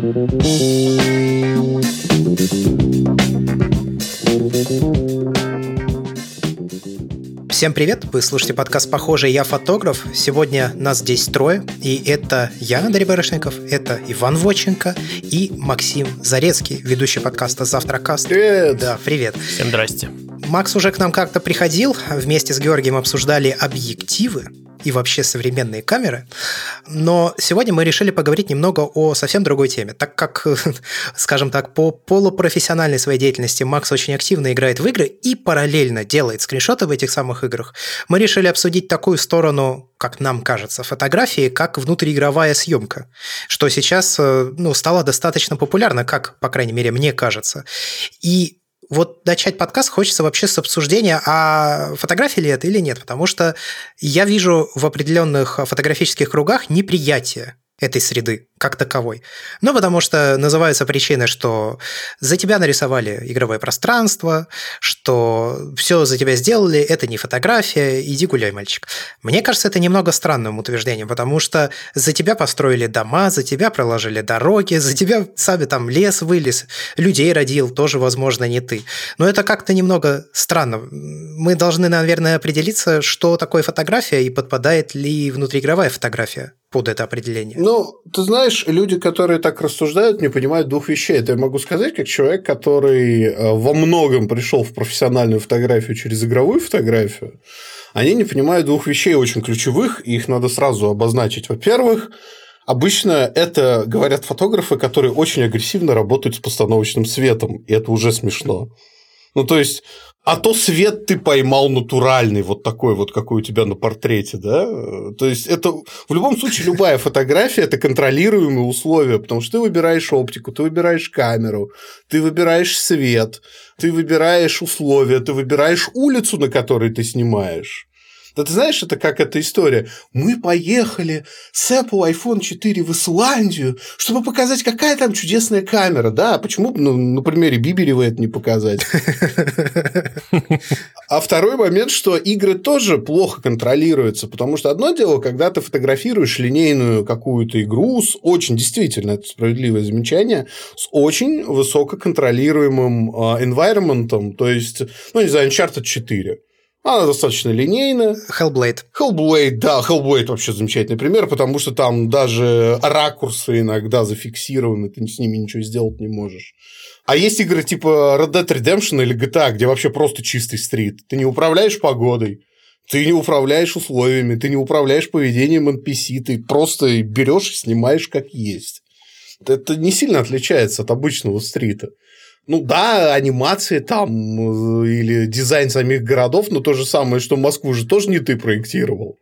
Всем привет, вы слушаете подкаст «Похоже, я фотограф». Сегодня нас здесь трое, и это я, Андрей Барышников, это Иван Воченко и Максим Зарецкий, ведущий подкаста «Завтракаст». Привет! Да, привет. Всем здрасте. Макс уже к нам как-то приходил, вместе с Георгием обсуждали объективы и вообще современные камеры, но сегодня мы решили поговорить немного о совсем другой теме, так как, скажем так, по полупрофессиональной своей деятельности Макс очень активно играет в игры и параллельно делает скриншоты в этих самых играх. Мы решили обсудить такую сторону, как нам кажется, фотографии, как внутриигровая съемка, что сейчас стало достаточно популярно, как, по крайней мере, мне кажется. И вот начать подкаст хочется вообще с обсуждения, а фотография ли это или нет, потому что я вижу в определенных фотографических кругах неприятие этой среды как таковой. Потому что называются причины, что за тебя нарисовали игровое пространство, что все за тебя сделали, это не фотография, иди гуляй, мальчик. Мне кажется, это немного странным утверждением, потому что за тебя построили дома, за тебя проложили дороги, за тебя сами там лес вылез, людей родил, тоже, возможно, не ты. Но это как-то немного странно. Мы должны, наверное, определиться, что такое фотография и подпадает ли внутриигровая фотография под это определение. Ты знаешь, люди, которые так рассуждают, не понимают двух вещей. Это я могу сказать, как человек, который во многом пришел в профессиональную фотографию через игровую фотографию. Они не понимают двух вещей очень ключевых, и их надо сразу обозначить. Во-первых, обычно это говорят фотографы, которые очень агрессивно работают с постановочным светом, и это уже смешно. То есть, а то свет ты поймал натуральный, вот такой вот, какой у тебя на портрете, да? То есть, это в любом случае любая фотография – это контролируемые условия, потому что ты выбираешь оптику, ты выбираешь камеру, ты выбираешь свет, ты выбираешь условия, ты выбираешь улицу, на которой ты снимаешь. Да ты знаешь, это как эта история. Мы поехали с Apple iPhone 4 в Исландию, чтобы показать, какая там чудесная камера. Да, почему бы на примере Биберева это не показать? А второй момент, что игры тоже плохо контролируются, потому что одно дело, когда ты фотографируешь линейную какую-то игру с очень, действительно, это справедливое замечание, с очень высококонтролируемым environment, то есть, не знаю, Uncharted 4. Она достаточно линейная. Hellblade, да, Hellblade вообще замечательный пример, потому что там даже ракурсы иногда зафиксированы, ты с ними ничего сделать не можешь. А есть игры типа Red Dead Redemption или GTA, где вообще просто чистый стрит. Ты не управляешь погодой, ты не управляешь условиями, ты не управляешь поведением NPC, ты просто берешь и снимаешь как есть. Это не сильно отличается от обычного стрита. Да, анимации там или дизайн самих городов, но то же самое, что Москву же тоже не ты проектировал.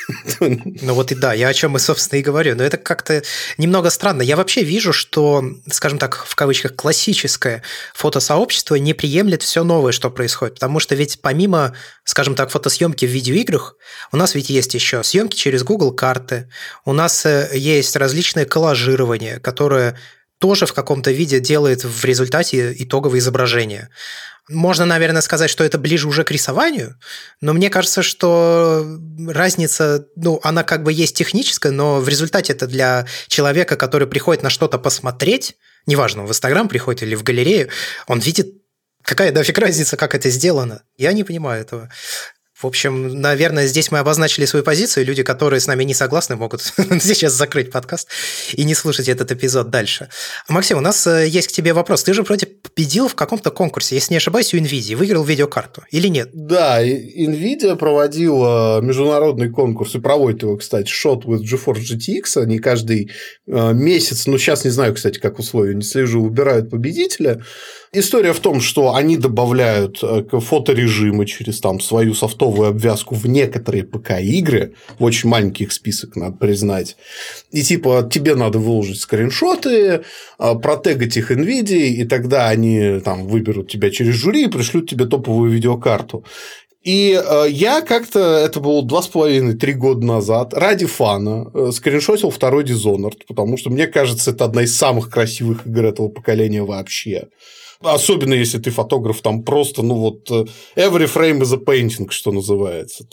Я о чем и, собственно, и говорю. Но это как-то немного странно. Я вообще вижу, что, скажем так, в кавычках, классическое фотосообщество не приемлет все новое, что происходит. Потому что ведь помимо, скажем так, фотосъемки в видеоиграх, у нас ведь есть еще съемки через Google карты, у нас есть различные коллажирования, которые тоже в каком-то виде делает в результате итоговое изображение. Можно, наверное, сказать, что это ближе уже к рисованию, но мне кажется, что разница, она как бы есть техническая, но в результате это для человека, который приходит на что-то посмотреть, неважно, в Инстаграм приходит или в галерею, он видит, какая нафиг разница, как это сделано. Я не понимаю этого. В общем, наверное, здесь мы обозначили свою позицию, и люди, которые с нами не согласны, могут сейчас закрыть подкаст и не слушать этот эпизод дальше. Максим, у нас есть к тебе вопрос. Ты же вроде победил в каком-то конкурсе, если не ошибаюсь, у NVIDIA, выиграл видеокарту, или нет? Да, NVIDIA проводила международный конкурс, и проводит его, кстати, Shot with GeForce GTX, они каждый месяц, сейчас не знаю, кстати, как условия, не слежу, выбирают победителя. История в том, что они добавляют фоторежимы через свою софтовую обвязку в некоторые ПК-игры, в очень маленький их список, надо признать, и тебе надо выложить скриншоты, протегать их NVIDIA, и тогда они выберут тебя через жюри и пришлют тебе топовую видеокарту. И я как-то, это было 2,5-3 года назад, ради фана скриншотил второй Dishonored, потому что, мне кажется, это одна из самых красивых игр этого поколения вообще. Особенно, если ты фотограф, просто, every frame is a painting, что называется.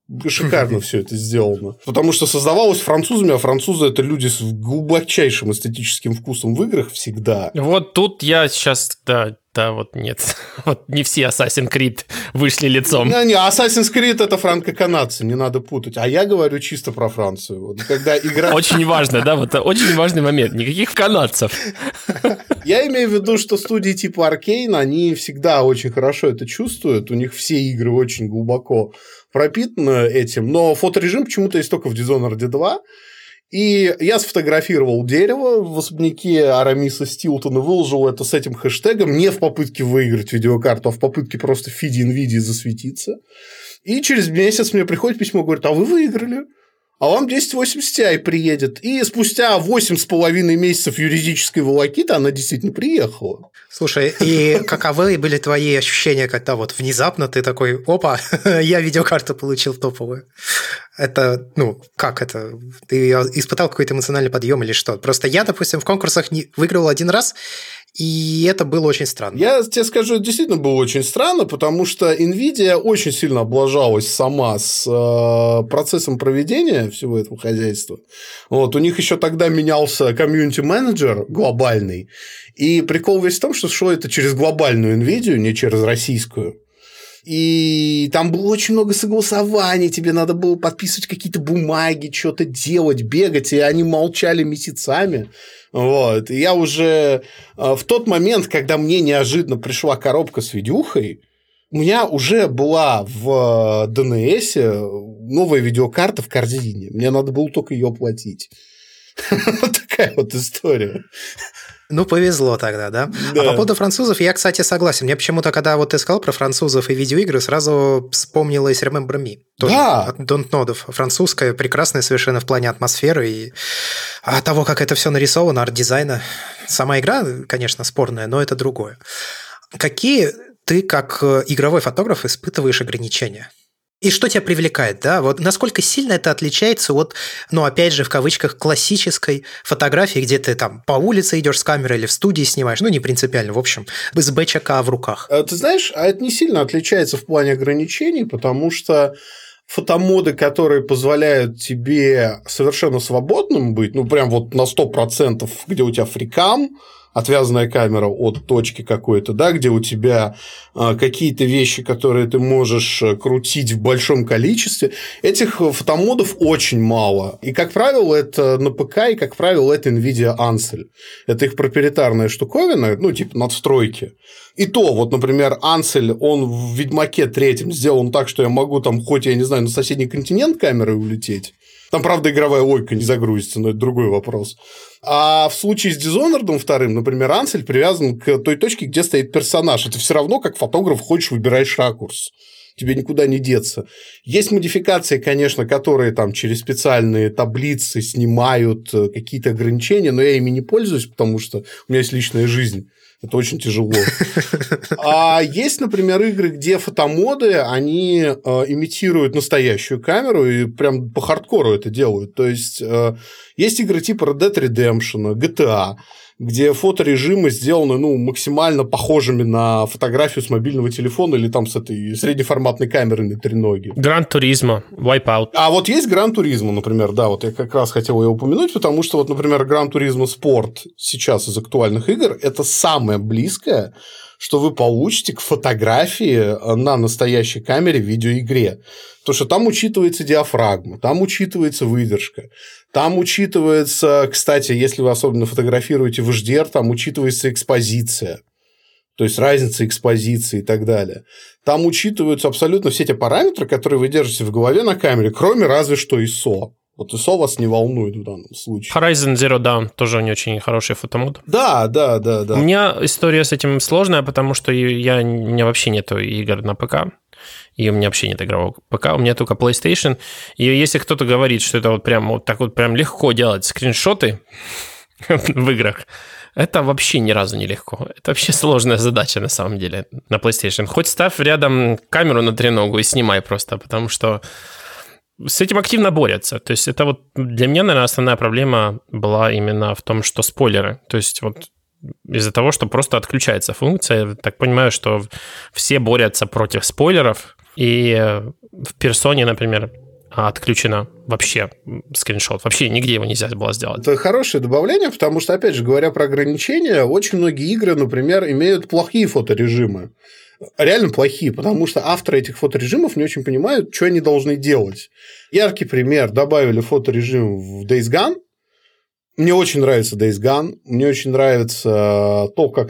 Шикарно все это сделано. Потому что создавалось французами, а французы – это люди с глубочайшим эстетическим вкусом в играх всегда. Вот тут я сейчас, да, вот нет. Вот не все Assassin's Creed вышли лицом. Не, Assassin's Creed – это франко-канадцы, не надо путать. А я говорю чисто про Францию. Вот, когда игра... Очень важно, да, вот очень важный момент. Никаких канадцев. Я имею в виду, что студии типа Arkane, они всегда очень хорошо это чувствуют. У них все игры очень глубоко пропитаны этим. Но фоторежим почему-то есть только в Dishonored 2. И я сфотографировал дерево в особняке Арамиса Стилтона, выложил это с этим хэштегом не в попытке выиграть видеокарту, а в попытке просто в фиде NVIDIA засветиться. И через месяц мне приходит письмо, говорит, а вы выиграли? А вам 1080 Ti приедет. И спустя 8,5 месяцев юридической волокиты она действительно приехала. Слушай, и каковы были твои ощущения, когда вот внезапно ты такой, опа, я видеокарту получил топовую? Это, как это? Ты испытал какой-то эмоциональный подъем или что? Просто я, допустим, в конкурсах выиграл один раз, и это было очень странно. Я тебе скажу, это действительно было очень странно, потому что NVIDIA очень сильно облажалась сама с процессом проведения всего этого хозяйства. Вот, у них еще тогда менялся комьюнити-менеджер глобальный, и прикол весь в том, что шло это через глобальную NVIDIA, не через российскую. И там было очень много согласований, тебе надо было подписывать какие-то бумаги, что-то делать, бегать, и они молчали месяцами. Вот. И я уже в тот момент, когда мне неожиданно пришла коробка с видюхой, у меня уже была в ДНСе новая видеокарта в корзине. Мне надо было только ее оплатить. Вот такая вот история. Повезло тогда, да? Да. А по поводу французов я, кстати, согласен. Мне почему-то, когда вот ты сказал про французов и видеоигры, сразу вспомнилось Remember Me. Тоже Да. от Dontnod. Французская, прекрасная совершенно в плане атмосферы и того, как это все нарисовано, арт-дизайна. Сама игра, конечно, спорная, но это другое. Какие ты, как игровой фотограф, испытываешь ограничения? И что тебя привлекает, да? Вот насколько сильно это отличается от, опять же, в кавычках, классической фотографии, где ты там по улице идешь с камерой или в студии снимаешь, не принципиально, в общем, с БЧК в руках. Ты знаешь, это не сильно отличается в плане ограничений, потому что фотомоды, которые позволяют тебе совершенно свободным быть, прям вот на 100%, где у тебя фрикам, отвязанная камера от точки какой-то, да, где у тебя какие-то вещи, которые ты можешь крутить в большом количестве, этих фотомодов очень мало. И, как правило, это на ПК, и, как правило, это NVIDIA Ansel. Это их проприетарная штуковина, типа надстройки. И то, вот, например, Ansel, он в Ведьмаке 3 сделан так, что я могу там, хоть, я не знаю, на соседний континент камерой улететь. Там, правда, игровая логика не загрузится, но это другой вопрос. А в случае с Dishonored 2, например, Ansel привязан к той точке, где стоит персонаж. Это все равно, как фотограф, ходишь, выбираешь ракурс. Тебе никуда не деться. Есть модификации, конечно, которые там через специальные таблицы снимают какие-то ограничения, но я ими не пользуюсь, потому что у меня есть личная жизнь. Это очень тяжело. А есть, например, игры, где фотомоды, они имитируют настоящую камеру и прям по хардкору это делают. То есть, есть игры типа Red Dead Redemption, GTA, где фоторежимы сделаны максимально похожими на фотографию с мобильного телефона или там с этой среднеформатной камерой на треноге. Gran Turismo, Wipeout. А вот есть Gran Turismo, например, да, вот я как раз хотел ее упомянуть, потому что вот, например, Gran Turismo Sport сейчас из актуальных игр – это самое близкое, что вы получите к фотографии на настоящей камере в видеоигре. Потому что там учитывается диафрагма, там учитывается выдержка, там учитывается, кстати, если вы особенно фотографируете в HDR, там учитывается экспозиция, то есть разница экспозиции и так далее. Там учитываются абсолютно все те параметры, которые вы держите в голове на камере, кроме разве что ISO. Вот ISO вас не волнует в данном случае. Horizon Zero Dawn тоже не очень хороший фотомод. Да. У меня история с этим сложная, потому что у меня вообще нету игр на ПК. И у меня вообще нет игрового ПК, у меня только PlayStation. И если кто-то говорит, что это вот так вот прям легко делать скриншоты в играх, это вообще ни разу не легко. Это вообще сложная задача на самом деле на PlayStation. Хоть ставь рядом камеру на треногу и снимай просто, потому что с этим активно борются. То есть это вот для меня, наверное, основная проблема была именно в том, что спойлеры. То есть вот из-за того, что просто отключается функция. Я так понимаю, что все борются против спойлеров, и в персоне, например, отключено вообще скриншот. Вообще нигде его нельзя было сделать. Это хорошее добавление, потому что, опять же, говоря про ограничения, очень многие игры, например, имеют плохие фоторежимы. Реально плохие, потому что авторы этих фоторежимов не очень понимают, что они должны делать. Яркий пример. Добавили фоторежим в Days Gone. Мне очень нравится Days Gone. Мне очень нравится то, как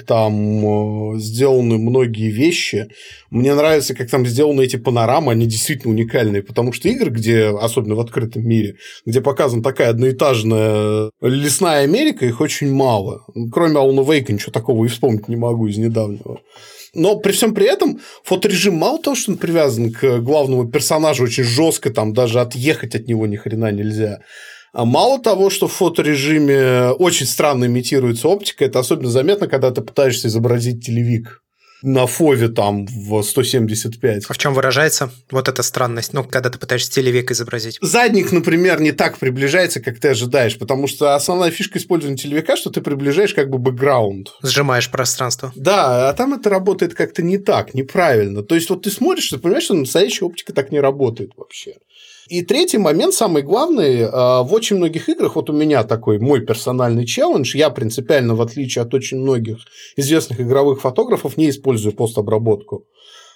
там сделаны многие вещи. Мне нравится, как там сделаны эти панорамы. Они действительно уникальные. Потому что игры, где, особенно в открытом мире, где показана такая одноэтажная лесная Америка, их очень мало. Кроме Alan Wake ничего такого и вспомнить не могу из недавнего. Но при всем при этом фоторежим мало того, что он привязан к главному персонажу очень жестко, там даже отъехать от него ни хрена нельзя. А мало того, что в фоторежиме очень странно имитируется оптика, это особенно заметно, когда ты пытаешься изобразить телевик на фове там в 175. А в чем выражается вот эта странность? Ну, когда ты пытаешься телевик изобразить. Задник, например, не так приближается, как ты ожидаешь, потому что основная фишка использования телевика, что ты приближаешь как бы бэкграунд. Сжимаешь пространство. Да, а там это работает как-то не так, неправильно. То есть, вот ты смотришь, ты понимаешь, что настоящая оптика так не работает вообще. И третий момент, самый главный, в очень многих играх, вот у меня такой мой персональный челлендж, я принципиально, в отличие от очень многих известных игровых фотографов, не использую постобработку.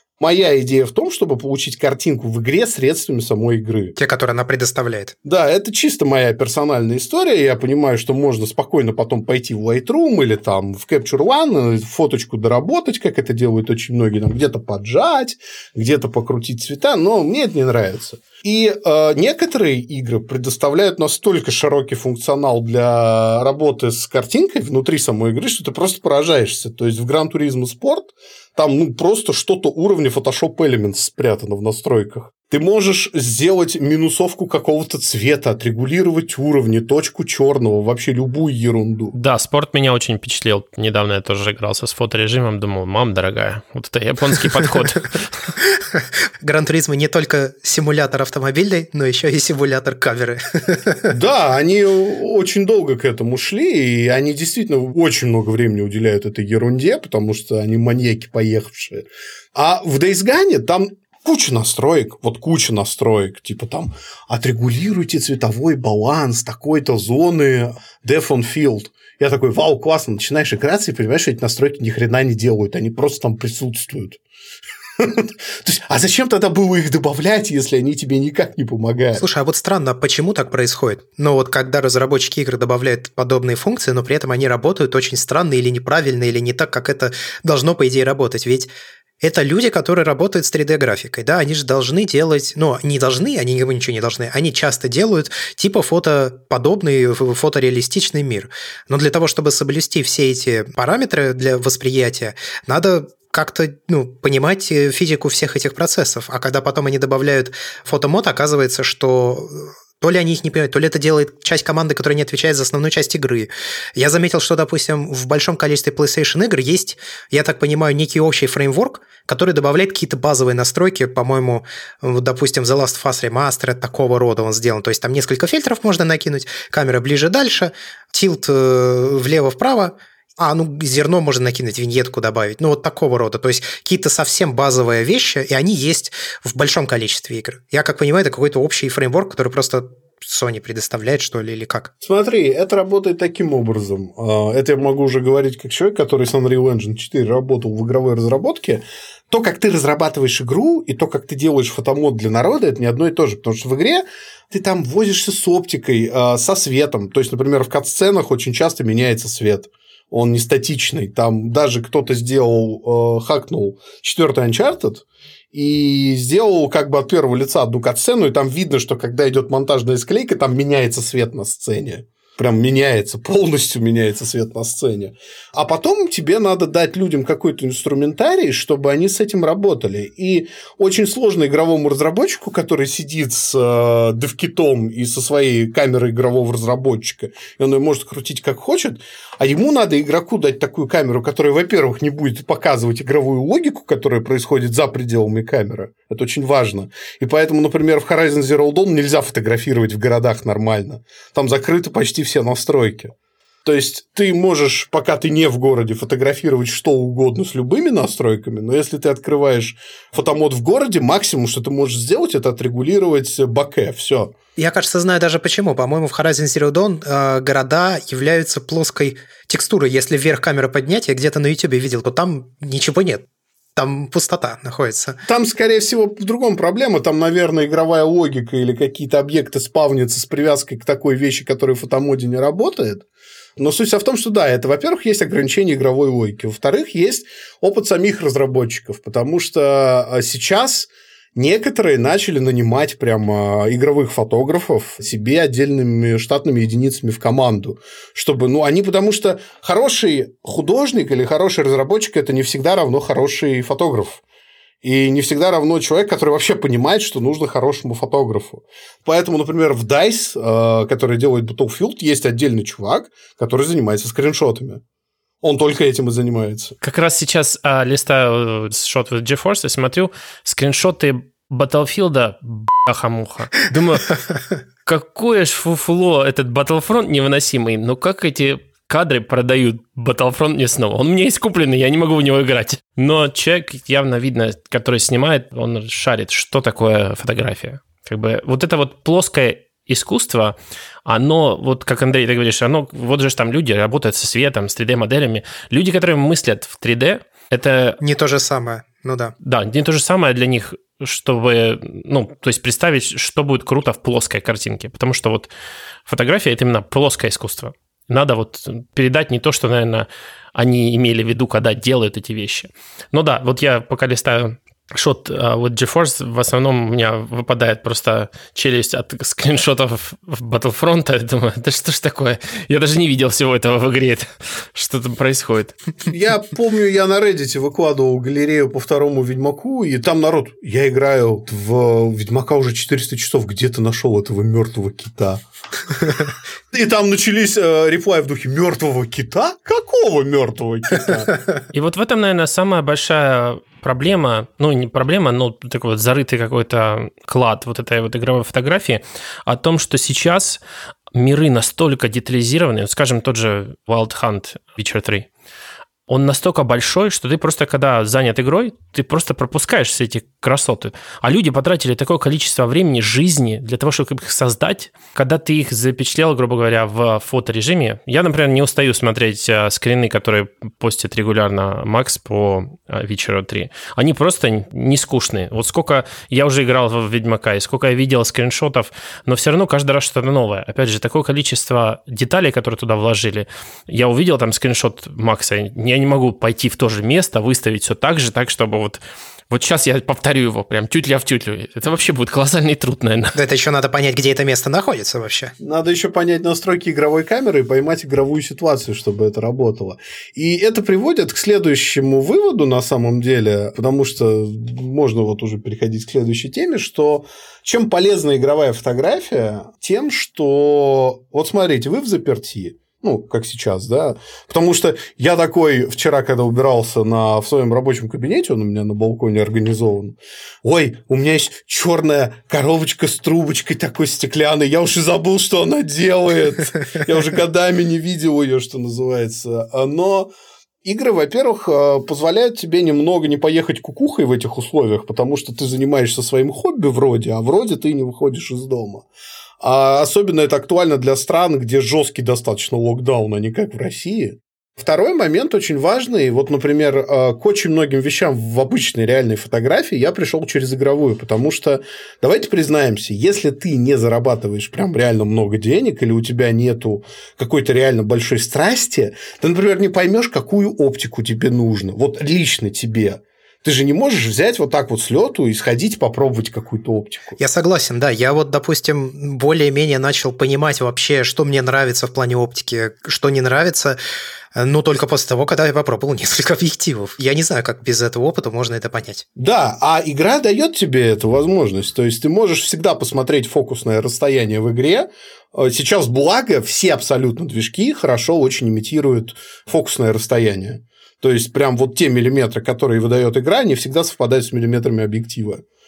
Моя идея в том, чтобы получить картинку в игре средствами самой игры. Те, которые она предоставляет. Да, это чисто моя персональная история. Я понимаю, что можно спокойно потом пойти в Lightroom или там в Capture One, фоточку доработать, как это делают очень многие, там где-то поджать, где-то покрутить цвета, но мне это не нравится. И некоторые игры предоставляют настолько широкий функционал для работы с картинкой внутри самой игры, что ты просто поражаешься. То есть в Gran Turismo Sport там просто что-то уровня Photoshop Elements спрятано в настройках. Ты можешь сделать минусовку какого-то цвета, отрегулировать уровни, точку черного, вообще любую ерунду. Да, спорт меня очень впечатлил. Недавно я тоже игрался с фоторежимом, думал, мам дорогая, вот это японский подход. Gran Turismo не только симулятор автомобильный, но еще и симулятор камеры. Да, они очень долго к этому шли, и они действительно очень много времени уделяют этой ерунде, потому что они маньяки поехавшие. А в Days Gone там куча настроек, типа там отрегулируйте цветовой баланс такой-то зоны Depth on Field. Я такой, вау, классно, начинаешь играться и понимаешь, что эти настройки ни хрена не делают, они просто там присутствуют. То есть, а зачем тогда было их добавлять, если они тебе никак не помогают? Слушай, а вот странно, почему так происходит? Ну вот когда разработчики игр добавляют подобные функции, но при этом они работают очень странно или неправильно, или не так, как это должно, по идее, работать. Ведь это люди, которые работают с 3D-графикой, да, они же должны делать, не должны, они ничего не должны, они часто делают типа фотоподобный, фотореалистичный мир. Но для того, чтобы соблюсти все эти параметры для восприятия, надо как-то понимать физику всех этих процессов. А когда потом они добавляют фотомод, оказывается, что то ли они их не понимают, то ли это делает часть команды, которая не отвечает за основную часть игры. Я заметил, что, допустим, в большом количестве PlayStation игр есть, я так понимаю, некий общий фреймворк, который добавляет какие-то базовые настройки, по-моему, допустим, The Last of Us Remastered такого рода он сделан. То есть там несколько фильтров можно накинуть, камера ближе-дальше, тилт влево-вправо, зерно можно накинуть, виньетку добавить. Вот такого рода. То есть какие-то совсем базовые вещи, и они есть в большом количестве игр. Я как понимаю, это какой-то общий фреймворк, который просто Sony предоставляет, что ли, или как? Смотри, это работает таким образом. Это я могу уже говорить как человек, который с Unreal Engine 4 работал в игровой разработке. То, как ты разрабатываешь игру, и то, как ты делаешь фотомод для народа, это не одно и то же. Потому что в игре ты там возишься с оптикой, со светом. То есть, например, в кат-сценах очень часто меняется свет. Он не статичный. Там даже кто-то хакнул 4-й Uncharted и сделал как бы от первого лица одну кат-сцену, и там видно, что когда идет монтажная склейка, там меняется свет на сцене. Прям меняется, полностью меняется свет на сцене. А потом тебе надо дать людям какой-то инструментарий, чтобы они с этим работали. И очень сложно игровому разработчику, который сидит с девкитом и со своей камерой игрового разработчика, и он ее может крутить как хочет, а ему надо игроку дать такую камеру, которая, во-первых, не будет показывать игровую логику, которая происходит за пределами камеры. Это очень важно. И поэтому, например, в Horizon Zero Dawn нельзя фотографировать в городах нормально. Там закрыты почти все настройки. То есть ты можешь, пока ты не в городе, фотографировать что угодно с любыми настройками, но если ты открываешь фотомод в городе, максимум, что ты можешь сделать, это отрегулировать боке. Все. Я, кажется, знаю даже почему. По-моему, в Horizon Zero Dawn города являются плоской текстурой. Если вверх камеру поднять, я где-то на YouTube видел, то там ничего нет. Там пустота находится. Там, скорее всего, в другом проблема. Там, наверное, игровая логика или какие-то объекты спавнятся с привязкой к такой вещи, которая в фотомоде не работает. Но суть в том, что да, это, во-первых, есть ограничение игровой логики. Во-вторых, есть опыт самих разработчиков. Потому что сейчас некоторые начали нанимать прямо игровых фотографов себе отдельными штатными единицами в команду, чтобы, потому что хороший художник или хороший разработчик – это не всегда равно хороший фотограф. И не всегда равно человек, который вообще понимает, что нужно хорошему фотографу. Поэтому, например, в DICE, который делает Battlefield, есть отдельный чувак, который занимается скриншотами. Он только этим и занимается. Как раз сейчас листаю шот with GeForce и смотрю скриншоты Battlefield, бляха-муха. Думаю, какое ж фуфло этот Battlefront невыносимый. Но как эти кадры продают Battlefront мне снова? Он у меня есть купленный, я не могу в него играть. Но человек, явно видно, который снимает, он шарит, что такое фотография. Вот это вот плоское искусство, оно, вот как Андрей, ты говоришь, вот же там люди работают со светом, с 3D-моделями. Люди, которые мыслят в 3D, это... Не то же самое, да. Да, не то же самое для них, чтобы, то есть представить, что будет круто в плоской картинке. Потому что вот фотография – это именно плоское искусство. Надо вот передать не то, что, наверное, они имели в виду, когда делают эти вещи. Но да, вот я пока листаю шот вот GeForce, в основном у меня выпадает просто челюсть от скриншотов в Battlefront. Я думаю, да что ж такое? Я даже не видел всего этого в игре. Что там происходит? Я помню, я на Reddit выкладывал галерею по второму Ведьмаку, и там народ, я играю в Ведьмака уже 400 часов, где ты нашел этого мертвого кита? И там начались реплай в духе мертвого кита? Какого мертвого кита? И вот в этом, наверное, самая большая проблема, не проблема, но такой вот зарытый какой-то клад вот этой вот игровой фотографии о том, что сейчас миры настолько детализированы, скажем, тот же Wild Hunt Witcher 3, он настолько большой, что ты просто, когда занят игрой, ты просто пропускаешь все эти красоты. А люди потратили такое количество времени, жизни для того, чтобы их создать, когда ты их запечатлел, грубо говоря, в фоторежиме. Я, например, не устаю смотреть скрины, которые постит регулярно Макс по Witcher 3. Они просто не скучные. Вот сколько я уже играл в Ведьмака, и сколько я видел скриншотов, но все равно каждый раз что-то новое. Опять же, такое количество деталей, которые туда вложили. Я увидел там скриншот Макса, я не могу пойти в то же место, выставить все так же, так, чтобы вот сейчас я повторю его прям тютля в тютлю. Это вообще будет колоссальный труд, наверное. Да, это еще надо понять, где это место находится вообще. Надо еще понять настройки игровой камеры и поймать игровую ситуацию, чтобы это работало. И это приводит к следующему выводу на самом деле, потому что можно вот уже переходить к следующей теме, что чем полезна игровая фотография, тем, что вот смотрите, вы в заперти, как сейчас, да, потому что я такой вчера, когда убирался в своем рабочем кабинете, он у меня на балконе организован, ой, у меня есть черная коробочка с трубочкой такой стеклянной, я уж и забыл, что она делает, я уже годами не видел ее, что называется, но игры, во-первых, позволяют тебе немного не поехать кукухой в этих условиях, потому что ты занимаешься своим хобби вроде, а вроде ты не выходишь из дома. А особенно это актуально для стран, где жесткий достаточно локдаун, а не как в России. Второй момент очень важный. Вот, например, к очень многим вещам в обычной реальной фотографии я пришел через игровую, потому что, давайте признаемся, если ты не зарабатываешь прям реально много денег или у тебя нету какой-то реально большой страсти, ты, например, не поймешь, какую оптику тебе нужно, вот лично тебе. Ты же не можешь взять вот так вот с лету и сходить попробовать какую-то оптику. Я согласен, да. Я вот, допустим, более-менее начал понимать вообще, что мне нравится в плане оптики, что не нравится, только после того, когда я попробовал несколько объективов. Я не знаю, как без этого опыта можно это понять. Да, а игра дает тебе эту возможность. То есть ты можешь всегда посмотреть фокусное расстояние в игре. Сейчас, благо, все абсолютно движки хорошо очень имитируют фокусное расстояние. То есть, прям вот те миллиметры, которые выдает игра, не всегда совпадают с миллиметрами объектива.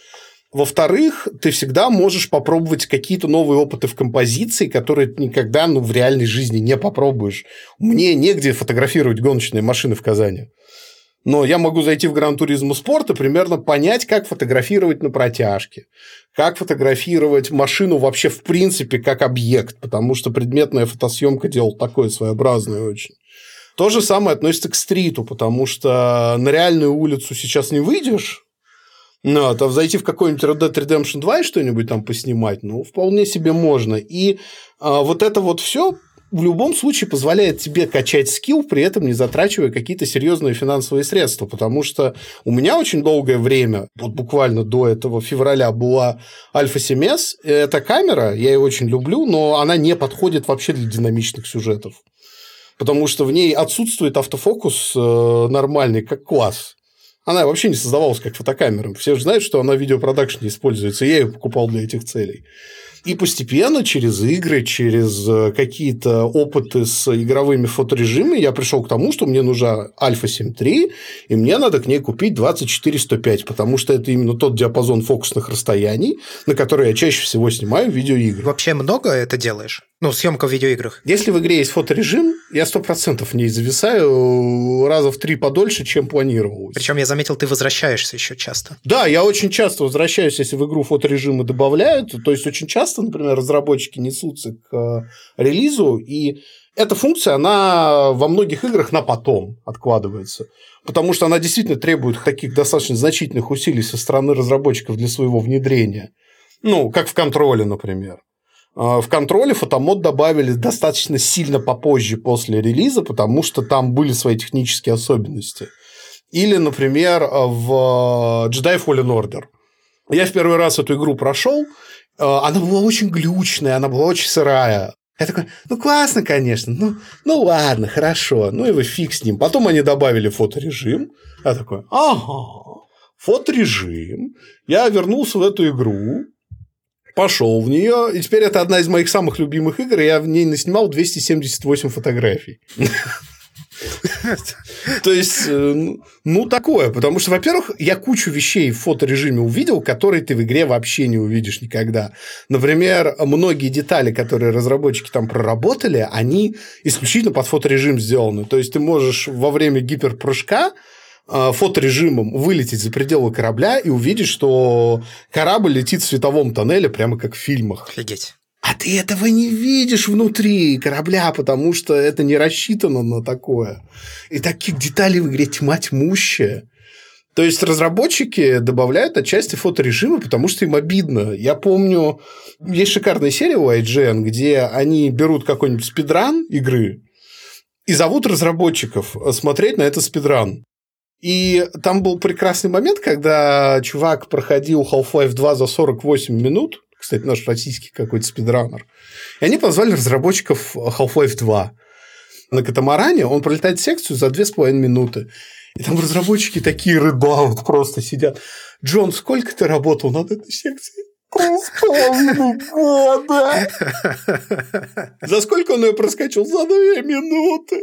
Во-вторых, ты всегда можешь попробовать какие-то новые опыты в композиции, которые ты никогда в реальной жизни не попробуешь. Мне негде фотографировать гоночные машины в Казани. Но я могу зайти в Gran Turismo Sport и примерно понять, как фотографировать на протяжке, как фотографировать машину вообще в принципе как объект, потому что предметная фотосъемка делала такое своеобразное очень. То же самое относится к стриту, потому что на реальную улицу сейчас не выйдешь, но там зайти в какой-нибудь Red Dead Redemption 2 и что-нибудь там поснимать, вполне себе можно. И вот это вот все в любом случае позволяет тебе качать скилл, при этом не затрачивая какие-то серьезные финансовые средства, потому что у меня очень долгое время, вот буквально до этого февраля, была Alpha 7S. Эта камера, я ее очень люблю, но она не подходит вообще для динамичных сюжетов, потому что в ней отсутствует автофокус нормальный, как класс. Она вообще не создавалась как фотокамера. Все же знают, что она в видеопродакшне используется, и я ее покупал для этих целей. И постепенно через игры, через какие-то опыты с игровыми фоторежимами я пришел к тому, что мне нужна Alpha 7 III, и мне надо к ней купить 24-105, потому что это именно тот диапазон фокусных расстояний, на который я чаще всего снимаю видеоигры. Вообще много это делаешь? Съемка в видеоиграх. Если в игре есть фоторежим, я 100% в ней зависаю раза в 3 подольше, чем планировалось. Причем я заметил, ты возвращаешься еще часто. Да, я очень часто возвращаюсь, если в игру фоторежимы добавляют. То есть, очень часто, например, разработчики несутся к релизу, и эта функция, она во многих играх на потом откладывается. Потому что она действительно требует таких достаточно значительных усилий со стороны разработчиков для своего внедрения. Как в контроле, например. В контроле фотомод добавили достаточно сильно попозже после релиза, потому что там были свои технические особенности. Или, например, в Jedi Fallen Order. Я в первый раз эту игру прошел, она была очень глючная, она была очень сырая. Я такой, классно, конечно, ладно, хорошо, и фиг с ним. Потом они добавили фоторежим. Я такой, фоторежим. Я вернулся в эту игру, пошел в нее, и теперь это одна из моих самых любимых игр, и я в ней наснимал 278 фотографий. То есть, такое. Потому что, во-первых, я кучу вещей в фоторежиме увидел, которые ты в игре вообще не увидишь никогда. Например, многие детали, которые разработчики там проработали, они исключительно под фоторежим сделаны. То есть, ты можешь во время гиперпрыжка фоторежимом вылететь за пределы корабля и увидеть, что корабль летит в световом тоннеле, прямо как в фильмах. Офигеть. А ты этого не видишь внутри корабля, потому что это не рассчитано на такое. И таких деталей в игре тьма тьмущая. То есть, разработчики добавляют отчасти фоторежимы, потому что им обидно. Я помню, есть шикарная серия у IGN, где они берут какой-нибудь спидран игры и зовут разработчиков смотреть на этот спидран. И там был прекрасный момент, когда чувак проходил Half-Life 2 за 48 минут. Кстати, наш российский какой-то спидранер. И они позвали разработчиков Half-Life 2. На катамаране он пролетает секцию за 2,5 минуты. И там разработчики такие рыдают, просто сидят. Джон, сколько ты работал над этой секцией? 3,5 года. За сколько он ее проскочил? За 2 минуты.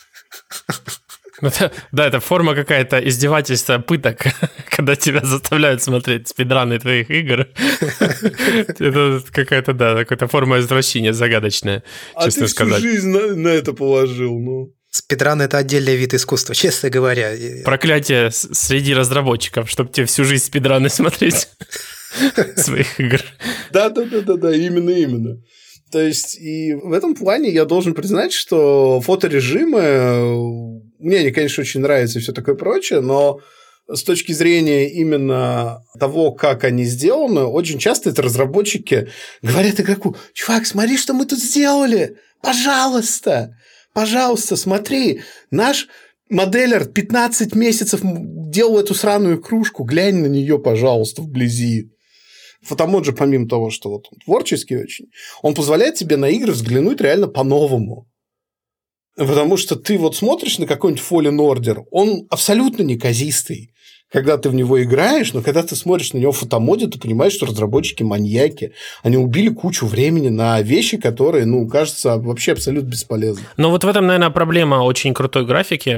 Да, это форма какая-то издевательства, пыток, когда тебя заставляют смотреть спидраны твоих игр. Это какая-то, какая-то форма извращения загадочная, честно сказать. А ты всю жизнь на это положил, Спидран – это отдельный вид искусства, честно говоря. Проклятие среди разработчиков, чтобы тебе всю жизнь спидраны смотреть своих игр. Да, именно. То есть, и в этом плане я должен признать, что фоторежимы, мне они, конечно, очень нравятся и все такое прочее, но с точки зрения именно того, как они сделаны, очень часто это разработчики говорят игроку: чувак, смотри, что мы тут сделали, пожалуйста, смотри, наш моделер 15 месяцев делал эту сраную кружку, глянь на нее, пожалуйста, вблизи. Фотомод же, помимо того, что вот он творческий очень, он позволяет тебе на игры взглянуть реально по-новому. Потому что ты вот смотришь на какой-нибудь Fallen Order, он абсолютно неказистый, когда ты в него играешь, но когда ты смотришь на него в фотомоде, ты понимаешь, что разработчики маньяки. Они убили кучу времени на вещи, которые, кажется, вообще абсолютно бесполезны. Но вот в этом, наверное, проблема очень крутой графики,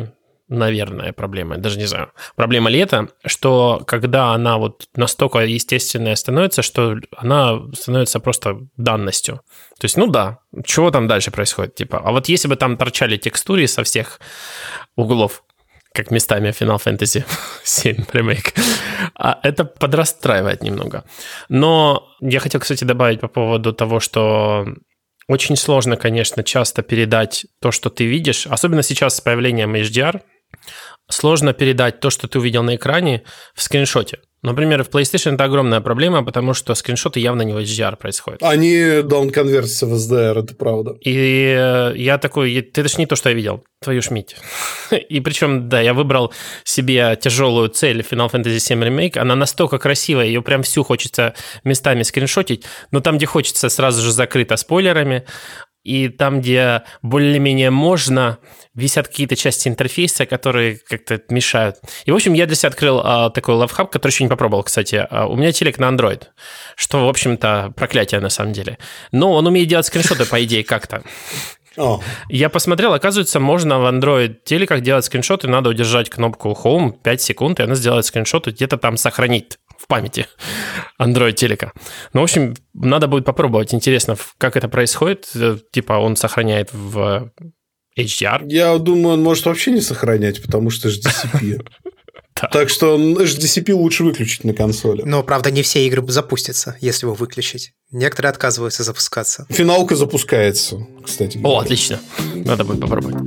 наверное, проблема, даже не знаю, проблема ли это, что когда она вот настолько естественная становится, что она становится просто данностью. То есть, ну да, чего там дальше происходит, типа. А вот если бы там торчали текстуры со всех углов, как местами Final Fantasy 7 ремейк, это подрастраивает немного. Но я хотел, кстати, добавить по поводу того, что очень сложно, конечно, часто передать то, что ты видишь, особенно сейчас с появлением HDR, сложно передать то, что ты увидел на экране, в скриншоте. Например, в PlayStation это огромная проблема, потому что скриншоты явно не в HDR происходят. Они даунконвертятся в SDR, это правда. И я такой, это ж не то, что я видел, твою ж мить. И причем, да, я выбрал себе тяжелую цель Final Fantasy 7 Remake, она настолько красивая, ее прям всю хочется местами скриншотить, но там, где хочется, сразу же закрыто спойлерами, и там, где более-менее можно, висят какие-то части интерфейса, которые как-то мешают. И, в общем, я для себя открыл такой лайфхак, который еще не попробовал, кстати. У меня телек на Android, что, в общем-то, проклятие на самом деле. Но он умеет делать скриншоты, по идее, как-то. Я посмотрел, оказывается, можно в Android телеках делать скриншоты, надо удержать кнопку Home 5 секунд, и она сделает скриншот и где-то там сохранит в памяти Android телека. Ну, в общем, надо будет попробовать. Интересно, как это происходит. Типа он сохраняет в HDR. Я думаю, он может вообще не сохранять, потому что HDCP. Так что HDCP лучше выключить на консоли. Но, правда, не все игры запустятся, если его выключить. Некоторые отказываются запускаться. Финалка запускается, кстати говоря. О, отлично. Надо будет попробовать.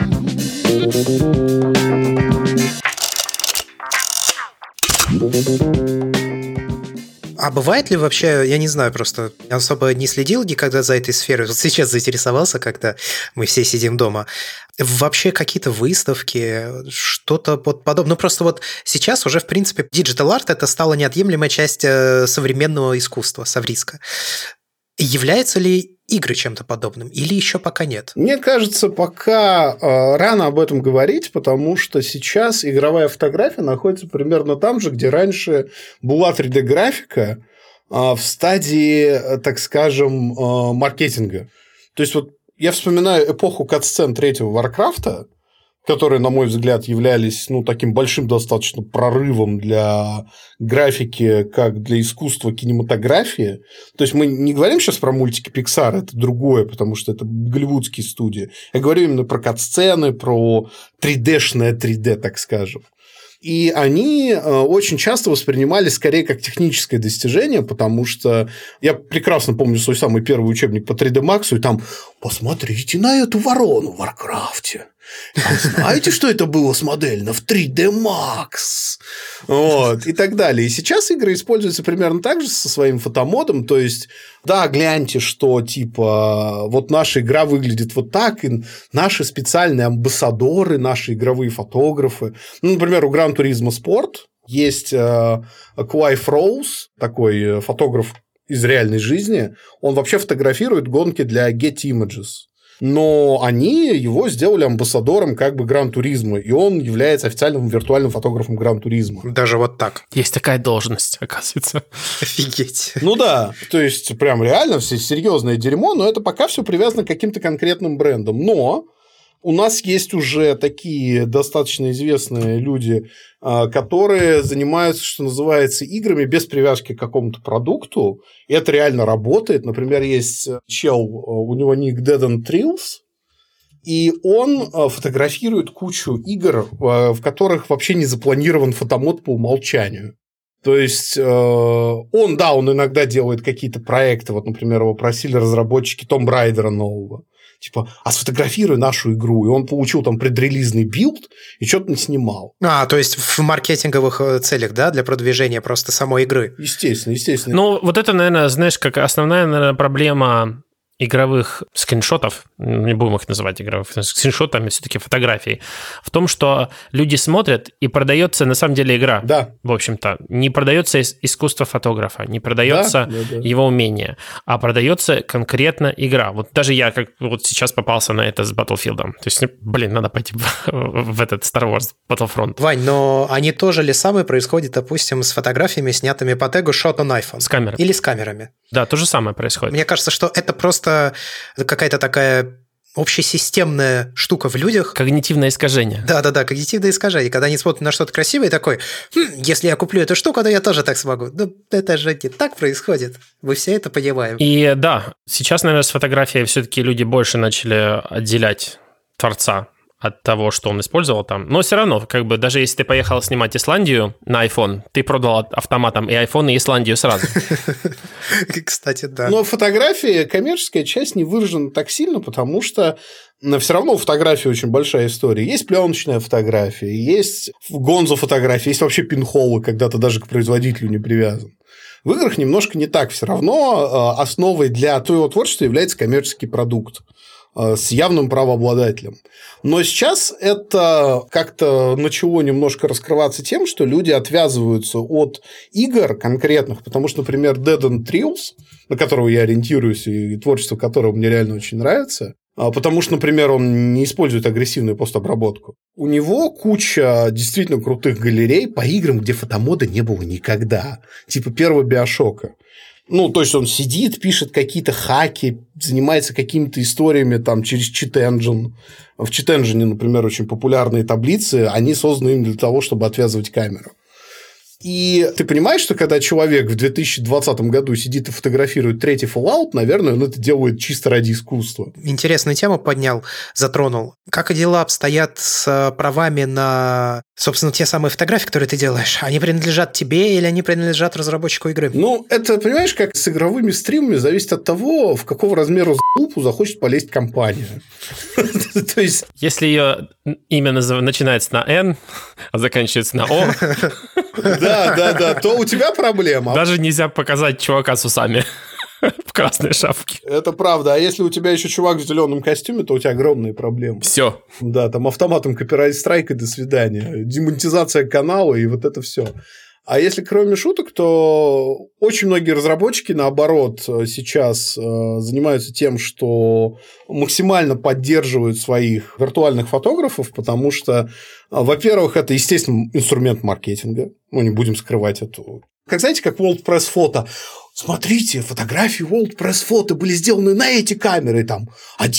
А бывает ли вообще, я не знаю, просто особо не следил никогда за этой сферой, вот сейчас заинтересовался, когда мы все сидим дома, вообще какие-то выставки, что-то подобное. Ну, просто вот сейчас уже, в принципе, digital art это стала неотъемлемая часть современного искусства, совриска. Являются ли игры чем-то подобным или еще пока нет? Мне кажется, пока рано об этом говорить, потому что сейчас игровая фотография находится примерно там же, где раньше была 3D-графика в стадии, так скажем, маркетинга. То есть, вот я вспоминаю эпоху катсцен третьего Варкрафта, которые, на мой взгляд, являлись таким большим достаточно прорывом для графики, как для искусства кинематографии. То есть, мы не говорим сейчас про мультики Pixar, это другое, потому что это голливудские студии. Я говорю именно про кат-сцены, про 3D-шное 3D, так скажем. И они очень часто воспринимались скорее как техническое достижение, потому что я прекрасно помню свой самый первый учебник по 3D Max, и там «Посмотрите на эту ворону в Варкрафте». А знаете, что это было смоделено в 3D Max? Вот, и так далее. И сейчас игры используются примерно так же со своим фотомодом. То есть, да, гляньте, что типа вот наша игра выглядит вот так, и наши специальные амбассадоры, наши игровые фотографы. Ну, например, у Gran Turismo Sport есть Clive Rose, такой фотограф из реальной жизни. Он вообще фотографирует гонки для Getty Images. Но они его сделали амбассадором как бы Гран-туризма, и он является официальным виртуальным фотографом Гран-туризма. Даже вот так. Есть такая должность, оказывается. Офигеть. Ну да, то есть прям реально все серьезное дерьмо, но это пока все привязано к каким-то конкретным брендам. Но у нас есть уже такие достаточно известные люди, которые занимаются, что называется, играми без привязки к какому-то продукту. И это реально работает. Например, есть чел, у него ник Dead End Thrills, и он фотографирует кучу игр, в которых вообще не запланирован фотомод по умолчанию. То есть, он иногда делает какие-то проекты. Вот, например, его просили разработчики Tomb Raider нового. Типа, сфотографируй нашу игру. И он получил там предрелизный билд и что-то наснимал. То есть в маркетинговых целях, да, для продвижения просто самой игры. Естественно. Ну, вот это, наверное, знаешь, как основная, наверное, проблема игровых скриншотов, не будем их называть игровыми скриншотами, все-таки фотографии, в том, что люди смотрят, и продается на самом деле игра. Да. В общем-то. Не продается искусство фотографа, не продается его умение, а продается конкретно игра. Вот даже я как вот сейчас попался на это с Battlefield. То есть, надо пойти в этот Star Wars Battlefront. Вань, но они тоже ли самое происходит, допустим, с фотографиями, снятыми по тегу Shot on iPhone? С камерой. Или с камерами. Да, то же самое происходит. Мне кажется, что это просто какая-то такая общесистемная штука в людях. Когнитивное искажение. Да-да-да, когнитивное искажение. Когда они смотрят на что-то красивое, и такой, если я куплю эту штуку, то я тоже так смогу. Ну, это же не так происходит. Мы все это понимаем. И да, сейчас, наверное, с фотографией все-таки люди больше начали отделять творца от того, что он использовал там. Но все равно, как бы, даже если ты поехал снимать Исландию на iPhone, ты продал автоматом и iPhone, и Исландию сразу. Кстати, да. Но фотография, коммерческая часть не выражена так сильно, потому что все равно у фотографии очень большая история. Есть пленочная фотография, есть гонзо-фотография, есть вообще пинхолы, когда ты даже к производителю не привязан. В играх немножко не так. Все равно основой для твоего творчества является коммерческий продукт с явным правообладателем. Но сейчас это как-то начало немножко раскрываться тем, что люди отвязываются от игр конкретных, потому что, например, Dead End Trails, на которого я ориентируюсь, и творчество которого мне реально очень нравится, потому что, например, он не использует агрессивную постобработку. У него куча действительно крутых галерей по играм, где фотомода не было никогда. Типа первого Биошока. Ну, то есть, он сидит, пишет какие-то хаки, занимается какими-то историями там через Cheat Engine. В Cheat Engine, например, очень популярные таблицы, они созданы именно для того, чтобы отвязывать камеру. И ты понимаешь, что когда человек в 2020 году сидит и фотографирует третий Fallout, наверное, он это делает чисто ради искусства. Интересную тему поднял, затронул. Как дела обстоят с правами на, собственно, те самые фотографии, которые ты делаешь? Они принадлежат тебе или они принадлежат разработчику игры? Ну, это, понимаешь, как с игровыми стримами, зависит от того, в какого размера залупу захочет полезть компания. То есть... Если ее имя начинается на N, а заканчивается на O... Да, то у тебя проблема. Даже нельзя показать чувака с усами в красной шапке. Это правда. А если у тебя еще чувак в зеленом костюме, то у тебя огромные проблемы. Все. Да, там автоматом копирайт-страйк и до свидания. Демонетизация канала и вот это все. А если кроме шуток, то очень многие разработчики, наоборот, сейчас занимаются тем, что максимально поддерживают своих виртуальных фотографов, потому что, во-первых, это, естественно, инструмент маркетинга. Мы не будем скрывать эту. Как, знаете, как World Press Photo. Смотрите, фотографии World Press Photo были сделаны на эти камеры, там,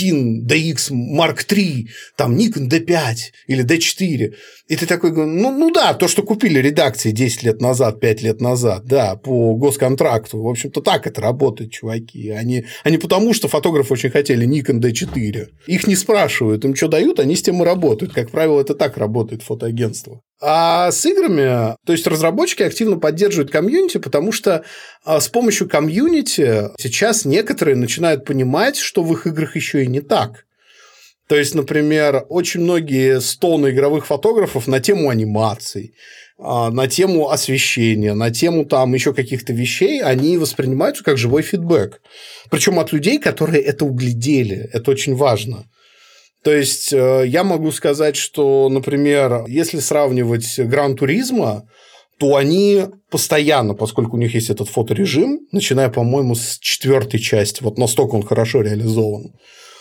1 DX Mark III, там, Nikon D5 или D4. И ты такой, ну да, то, что купили редакции 10 лет назад, 5 лет назад, да, по госконтракту, в общем-то, так это работает, чуваки. Они потому, что фотографы очень хотели Nikon D4. Их не спрашивают, им что дают, они с тем и работают. Как правило, это так работает фотоагентство. А с играми, то есть, разработчики активно поддерживают комьюнити, потому что с помощью комьюнити сейчас некоторые начинают понимать, что в их играх еще и не так. То есть, например, очень многие стоны игровых фотографов на тему анимаций, на тему освещения, на тему там еще каких-то вещей, они воспринимаются как живой фидбэк. Причем от людей, которые это углядели. Это очень важно. То есть, я могу сказать, что, например, если сравнивать Гран Туризмо, то они постоянно, поскольку у них есть этот фоторежим, начиная, по-моему, с 4-й части, вот настолько он хорошо реализован,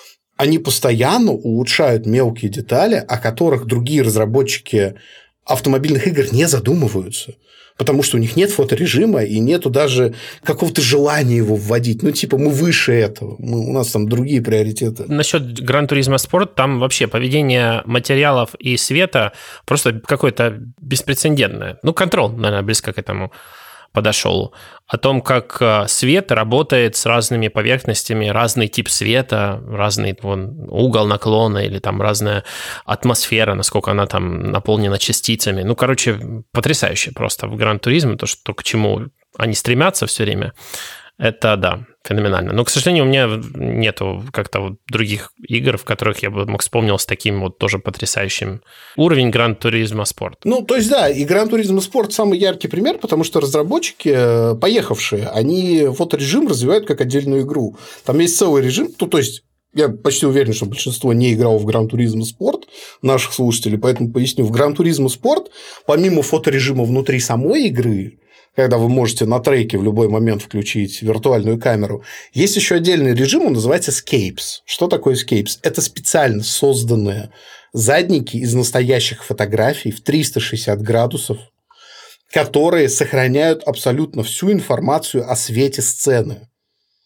они постоянно улучшают мелкие детали, о которых другие разработчики автомобильных игр не задумываются. Потому что у них нет фоторежима и нету даже какого-то желания его вводить. Ну, типа, мы выше этого. У нас там другие приоритеты. Насчет Gran Turismo Sport, там вообще поведение материалов и света просто какое-то беспрецедентное. Ну, Control, наверное, близко к этому подошел. О том, как свет работает с разными поверхностями, разный тип света, разный угол наклона или там разная атмосфера, насколько она там наполнена частицами. Ну, короче, потрясающе просто в Gran Turismo, то, что к чему они стремятся все время. Это, да, феноменально. Но, к сожалению, у меня нету как-то других игр, в которых я бы мог вспомнить с таким вот тоже потрясающим уровень Gran Turismo Sport. Ну, то есть, да, и Gran Turismo Sport самый яркий пример, потому что разработчики, поехавшие, они фоторежим развивают как отдельную игру. Там есть целый режим, то есть, я почти уверен, что большинство не играло в Gran Turismo Sport, наших слушателей, поэтому поясню. В Gran Turismo Sport, помимо фоторежима внутри самой игры, когда вы можете на треке в любой момент включить виртуальную камеру, есть еще отдельный режим, он называется Scapes. Что такое Scapes? Это специально созданные задники из настоящих фотографий в 360 градусов, которые сохраняют абсолютно всю информацию о свете сцены.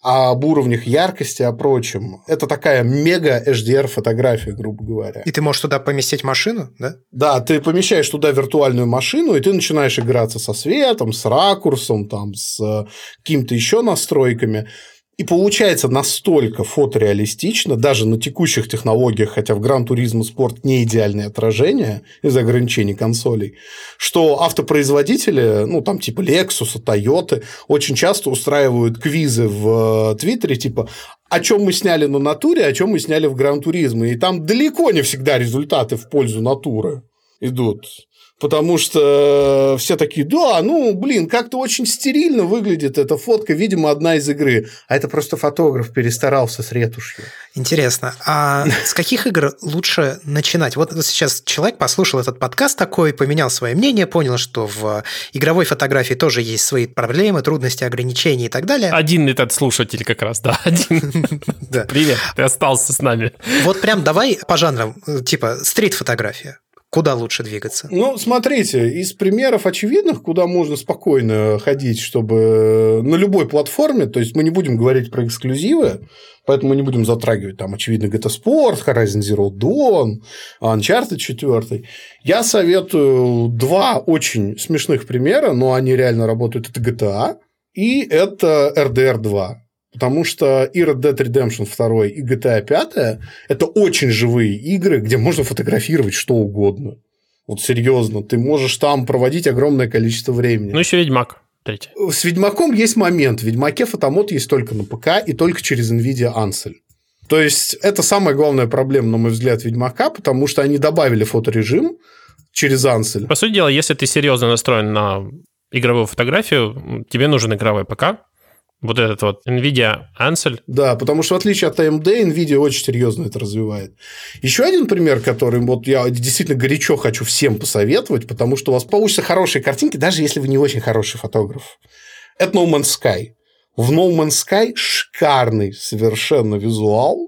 об уровнях яркости, о прочем. Это такая мега HDR-фотография, грубо говоря. И ты можешь туда поместить машину, да? Да, ты помещаешь туда виртуальную машину, и ты начинаешь играться со светом, с ракурсом, там, с какими-то еще настройками. И получается настолько фотореалистично, даже на текущих технологиях, хотя в Gran Turismo Sport не идеальное отражение из-за ограничений консолей, что автопроизводители, ну, там, типа Lexus, Toyota, очень часто устраивают квизы в Твиттере, типа, о чем мы сняли на натуре, о чем мы сняли в Gran Turismo. И там далеко не всегда результаты в пользу натуры идут. Потому что все такие, да, ну, блин, как-то очень стерильно выглядит эта фотка, видимо, одна из игры. А это просто фотограф перестарался с ретушью. Интересно, а с каких игр лучше начинать? Вот сейчас человек послушал этот подкаст такой, поменял свое мнение, понял, что в игровой фотографии тоже есть свои проблемы, трудности, ограничения и так далее. Один этот слушатель как раз, да, один. Привет, ты остался с нами. Вот прям давай по жанрам, типа стрит-фотография. Куда лучше двигаться? Ну, смотрите, из примеров очевидных, куда можно спокойно ходить, чтобы на любой платформе, то есть мы не будем говорить про эксклюзивы, поэтому мы не будем затрагивать там, очевидно, GTA Sport, Horizon Zero Dawn, Uncharted 4. Я советую два очень смешных примера, но они реально работают. Это GTA и это RDR 2. Потому что и Red Dead Redemption 2, и GTA 5 – это очень живые игры, где можно фотографировать что угодно. Вот серьезно, ты можешь там проводить огромное количество времени. Ну, еще Ведьмак 3. С Ведьмаком есть момент. В Ведьмаке фотомод есть только на ПК и только через NVIDIA Ansel. То есть, это самая главная проблема, на мой взгляд, Ведьмака, потому что они добавили фоторежим через Ansel. По сути дела, если ты серьезно настроен на игровую фотографию, тебе нужен игровой ПК. Вот этот вот NVIDIA Ansel. Да, потому что в отличие от AMD, NVIDIA очень серьезно это развивает. Еще один пример, который вот я действительно горячо хочу всем посоветовать, потому что у вас получатся хорошие картинки, даже если вы не очень хороший фотограф. Это No Man's Sky. В No Man's Sky шикарный совершенно визуал,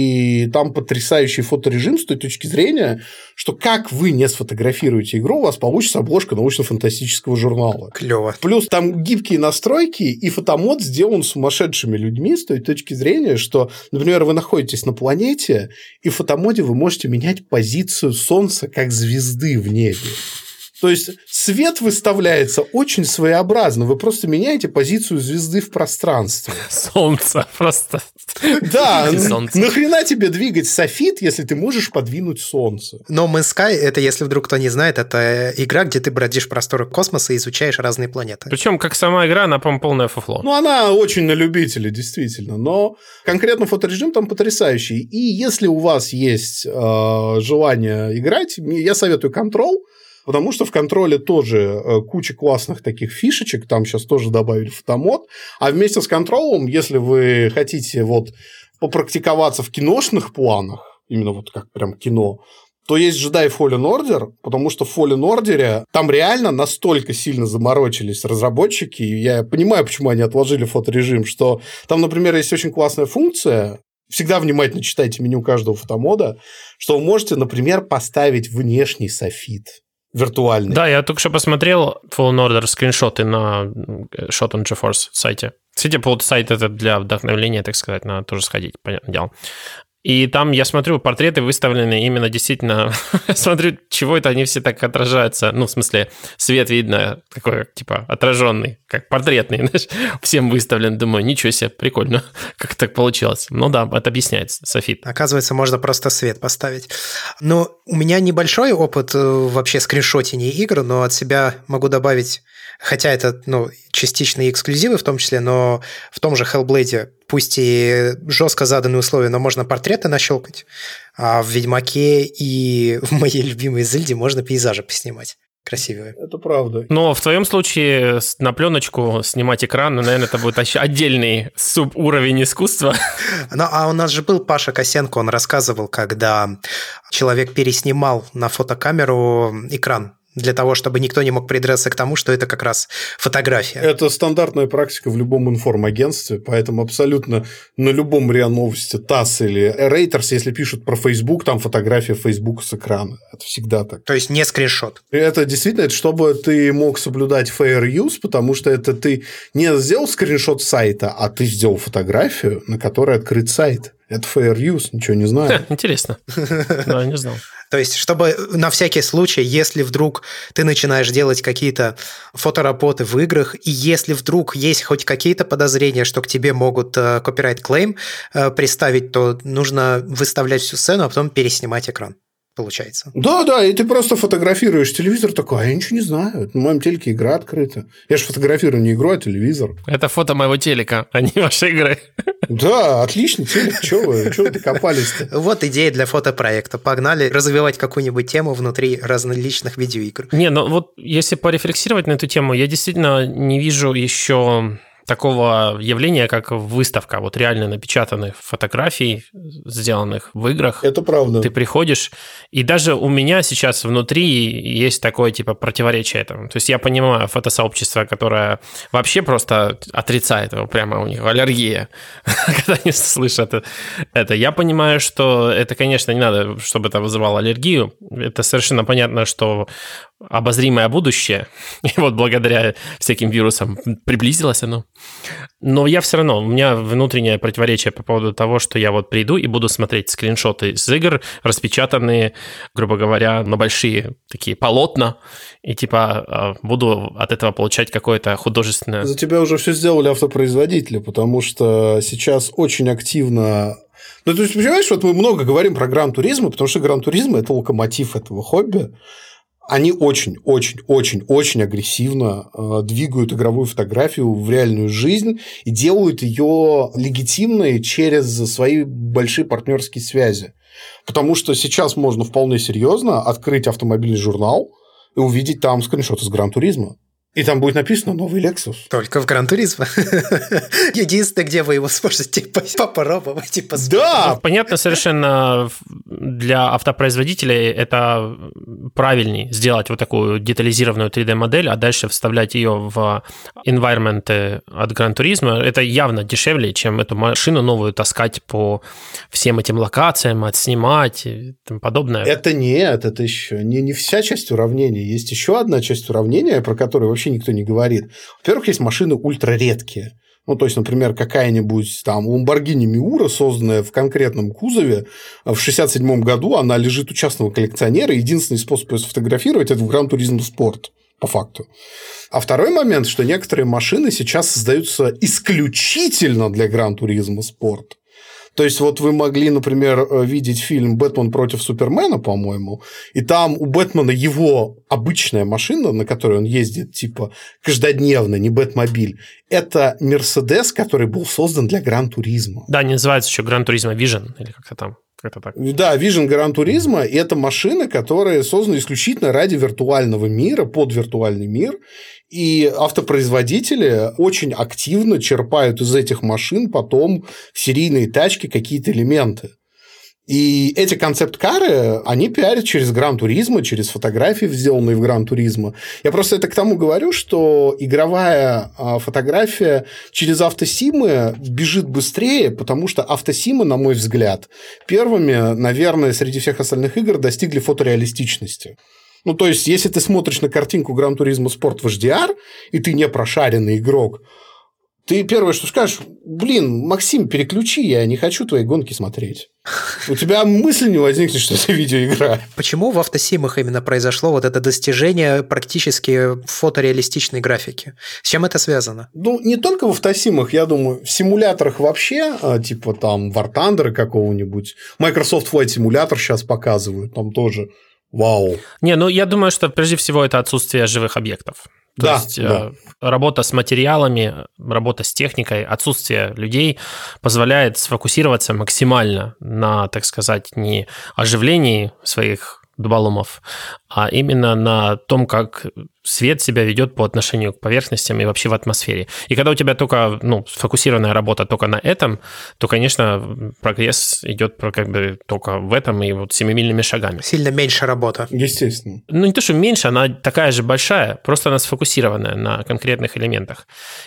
и там потрясающий фоторежим с той точки зрения, что как вы не сфотографируете игру, у вас получится обложка научно-фантастического журнала. Клево. Плюс там гибкие настройки, и фотомод сделан сумасшедшими людьми с той точки зрения, что, например, вы находитесь на планете, и в фотомоде вы можете менять позицию Солнца как звезды в небе. То есть, свет выставляется очень своеобразно. Вы просто меняете позицию звезды в пространстве. Солнце просто. Да, нахрена тебе двигать софит, если ты можешь подвинуть солнце? No Man's Sky, это, если вдруг кто не знает, это игра, где ты бродишь в просторы космоса и изучаешь разные планеты. Причем, как сама игра, она, по-моему, полное фуфло. Ну, она очень на любителя, действительно. Но конкретно фоторежим там потрясающий. И если у вас есть желание играть, я советую Control. Потому что в контроле тоже куча классных таких фишечек, там сейчас тоже добавили фотомод. А вместе с контролем, если вы хотите вот попрактиковаться в киношных планах, именно вот как прям кино, то есть Jedi Fallen Order, потому что в Fallen Order там реально настолько сильно заморочились разработчики, и я понимаю, почему они отложили фоторежим, что там, например, есть очень классная функция, всегда внимательно читайте меню каждого фотомода, что вы можете, например, поставить внешний софит. Виртуальный. Да, я только что посмотрел Fallen Order скриншоты на Shot on GeForce сайте. Кстати, по сайт это для вдохновления, так сказать, надо тоже сходить, понятное дело. И там, я смотрю, портреты выставлены именно действительно... смотрю, чего это они все так отражаются. Ну, в смысле, свет видно такой, типа, отраженный, как портретный, знаешь, всем выставлен. Думаю, ничего себе, прикольно, как так получилось. Ну да, это объясняется, софит. Оказывается, можно просто свет поставить. Но у меня небольшой опыт вообще скриншотения игр, но от себя могу добавить, хотя это, частично и эксклюзивы в том числе, но в том же Hellblade, пусть и жестко заданные условия, но можно портреты нащелкать, а в Ведьмаке и в моей любимой Зельде можно пейзажи поснимать. Красивые. Это правда. Но в твоем случае на пленочку снимать экран, наверное, это будет отдельный субуровень искусства. Ну, а у нас же был Паша Косенко, он рассказывал, когда человек переснимал на фотокамеру экран для того, чтобы никто не мог придраться к тому, что это как раз фотография. Это стандартная практика в любом информагентстве, поэтому абсолютно на любом РИА Новости, ТАСС или Reuters, если пишут про Facebook, там фотография Facebook с экрана. Это всегда так. То есть не скриншот. Это действительно, это чтобы ты мог соблюдать fair use, потому что это ты не сделал скриншот сайта, а ты сделал фотографию, на которой открыт сайт. Это fair use, ничего не знаю. Интересно. Да, не знал. То есть, чтобы на всякий случай, если вдруг ты начинаешь делать какие-то фотоработы в играх, и если вдруг есть хоть какие-то подозрения, что к тебе могут copyright-клейм приставить, то нужно выставлять всю сцену, а потом переснимать экран. Получается. Да, и ты просто фотографируешь телевизор такой, а я ничего не знаю. На моем телеке игра открыта. Я же фотографирую не игру, а телевизор. Это фото моего телека, а не вашей игры. Да, отличный телек. Чего вы докопались-то? Вот идея для фотопроекта. Погнали развивать какую-нибудь тему внутри различных видеоигр. Не, ну вот если порефлексировать на эту тему, я действительно не вижу еще такого явления, как выставка, вот реально напечатанных фотографий, сделанных в играх. Это правда. Ты приходишь, и даже у меня сейчас внутри есть такое типа противоречие этому. То есть я понимаю фотосообщество, которое вообще просто отрицает его, прямо у них аллергия, когда они слышат это. Я понимаю, что это, конечно, не надо, чтобы это вызывало аллергию. Это совершенно понятно, что обозримое будущее, и вот благодаря всяким вирусам приблизилось оно. Но я все равно, у меня внутреннее противоречие по поводу того, что я вот приду и буду смотреть скриншоты с игр, распечатанные, грубо говоря, на большие такие полотна, и типа буду от этого получать какое-то художественное... За тебя уже все сделали автопроизводители, потому что сейчас очень активно... Ну, то есть, понимаешь, вот мы много говорим про Гран-туризмо, потому что Гран-туризмо – это локомотив этого хобби. Они очень агрессивно двигают игровую фотографию в реальную жизнь и делают ее легитимной через свои большие партнерские связи. Потому что сейчас можно вполне серьезно открыть автомобильный журнал и увидеть там скриншоты с Гран-туризмо. И там будет написано «Новый Lexus». Только в Гран-туризмо. Единственное, где вы его сможете попробовать и посмотреть. Да! Понятно совершенно, для автопроизводителей это правильней сделать вот такую детализированную 3D-модель, а дальше вставлять ее в environment от Гран-туризмо. Это явно дешевле, чем эту машину новую таскать по всем этим локациям, отснимать и тому подобное. Это нет, это еще не вся часть уравнения. Есть еще одна часть уравнения, про которую вообще никто не говорит. Во-первых, есть машины ультраредкие. Ну, то есть, например, какая-нибудь там Lamborghini Miura, созданная в конкретном кузове, в 1967 году она лежит у частного коллекционера, и единственный способ ее сфотографировать – это в Гран-туризмо Спорт, по факту. А второй момент, что некоторые машины сейчас создаются исключительно для Гран-туризмо Спорт. То есть, вот вы могли, например, видеть фильм «Бэтмен против Супермена», по-моему, и там у Бэтмена его обычная машина, на которой он ездит, типа каждодневно, не Бэтмобиль, это Мерседес, который был создан для Гран-туризмо. Да, не называется еще Гран-туризмо Vision, или как-то там. Как-то так. Да, Vision Гран-туризмо – это машины, которые созданы исключительно ради виртуального мира, под виртуальный мир, и автопроизводители очень активно черпают из этих машин потом в серийные тачки какие-то элементы. И эти концепт-кары, они пиарят через Гран-туризмо, через фотографии, сделанные в Гран-туризмо. Я просто это к тому говорю, что игровая фотография через автосимы бежит быстрее, потому что автосимы, на мой взгляд, первыми, наверное, среди всех остальных игр достигли фотореалистичности. Ну, то есть, если ты смотришь на картинку Гран-туризмо Спорт в HDR, и ты не прошаренный игрок, ты первое, что скажешь: блин, Максим, переключи, я не хочу твои гонки смотреть. У тебя мысль не возникнет, что это видеоигра. Почему в автосимах именно произошло вот это достижение практически фотореалистичной графики? С чем это связано? Ну, не только в автосимах, я думаю, в симуляторах вообще, типа там War Thunder какого-нибудь, Microsoft Flight Simulator сейчас показывают, там тоже вау. Не, ну я думаю, что прежде всего это отсутствие живых объектов. То есть работа с материалами, работа с техникой, отсутствие людей позволяет сфокусироваться максимально на, так сказать, не оживлении своих дуболомов, а именно на том, как свет себя ведет по отношению к поверхностям и вообще в атмосфере. И когда у тебя только сфокусированная работа только на этом, то, конечно, прогресс идет только в этом и семимильными шагами. Сильно меньше работа. Естественно. Не то, что меньше, она такая же большая, просто она сфокусированная на конкретных элементах.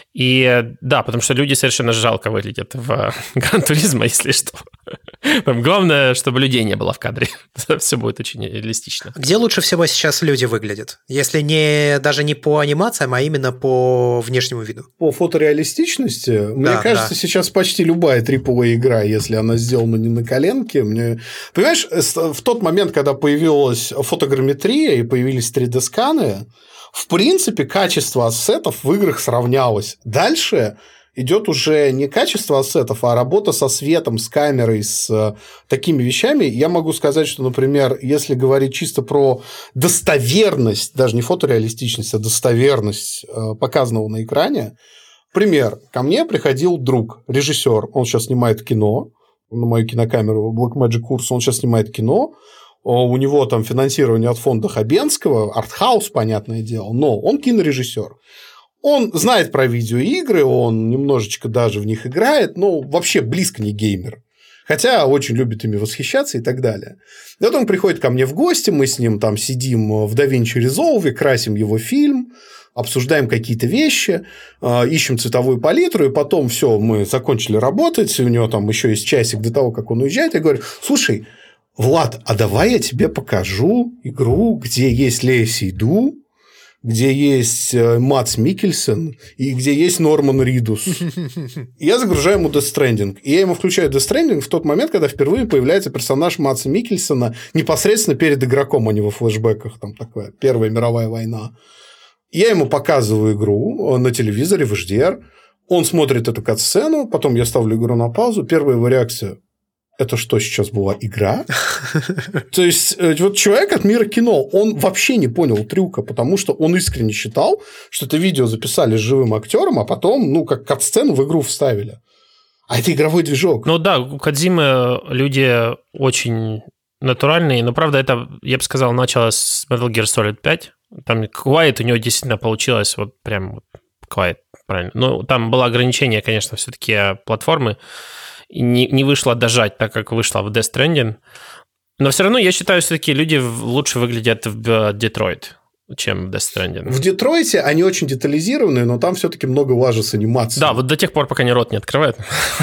И да, потому что люди совершенно жалко выглядят в Гран Туризмо, если что. Там главное, чтобы людей не было в кадре. Все будет очень реалистично. Где лучше всего сейчас люди выглядят? Если даже не по анимациям, а именно по внешнему виду. По фотореалистичности, мне кажется, сейчас почти любая AAA-игра, если она сделана не на коленке. Понимаешь, в тот момент, когда появилась фотограмметрия и появились 3D-сканы, в принципе, качество ассетов в играх сравнялось. Дальше идет уже не качество ассетов, а работа со светом, с камерой, с такими вещами. Я могу сказать, что, например, если говорить чисто про достоверность, даже не фотореалистичность, а достоверность показанного на экране, пример. Ко мне приходил друг, режиссер, он сейчас снимает кино, на мою кинокамеру Blackmagic курс, он сейчас снимает кино, у него там финансирование от фонда Хабенского, артхаус, понятное дело, но он кинорежиссер. Он знает про видеоигры, он немножечко даже в них играет, но вообще близко не геймер. Хотя очень любит ими восхищаться и так далее. И вот он приходит ко мне в гости, мы с ним там сидим в DaVinci Resolve, красим его фильм, обсуждаем какие-то вещи, ищем цветовую палитру, и потом все, мы закончили работать, у него там еще есть часик до того, как он уезжает, я говорю, слушай, Влад, а давай я тебе покажу игру, где есть Лея Сейду, где есть Мадс Миккельсен и где есть Норман Ридус. И я загружаю ему Death Stranding. И я ему включаю Death Stranding в тот момент, когда впервые появляется персонаж Мадса Миккельсена непосредственно перед игроком, а не во флешбеках. Там такая Первая мировая война. Я ему показываю игру на телевизоре в HDR. Он смотрит эту кат-сцену, потом я ставлю игру на паузу. Первая его реакция: это что, сейчас была игра? То есть, вот человек от мира кино, он вообще не понял трюка, потому что он искренне считал, что это видео записали с живым актером, а потом, как кат-сцену в игру вставили. А это игровой движок. Ну да, у Кодзимы люди очень натуральные, но, правда, это, я бы сказал, началось с Metal Gear Solid 5. Там Quiet у него действительно получилось вот прям Quiet, правильно. Но там было ограничение, конечно, все-таки платформы. Не вышло дожать так, как вышло в Death Stranding. Но все равно я считаю, все-таки люди лучше выглядят в Детройт, чем в Death Stranding. В Детройте они очень детализированные, но там все-таки много лажа с анимацией. Да, вот до тех пор, пока они рот не открывают.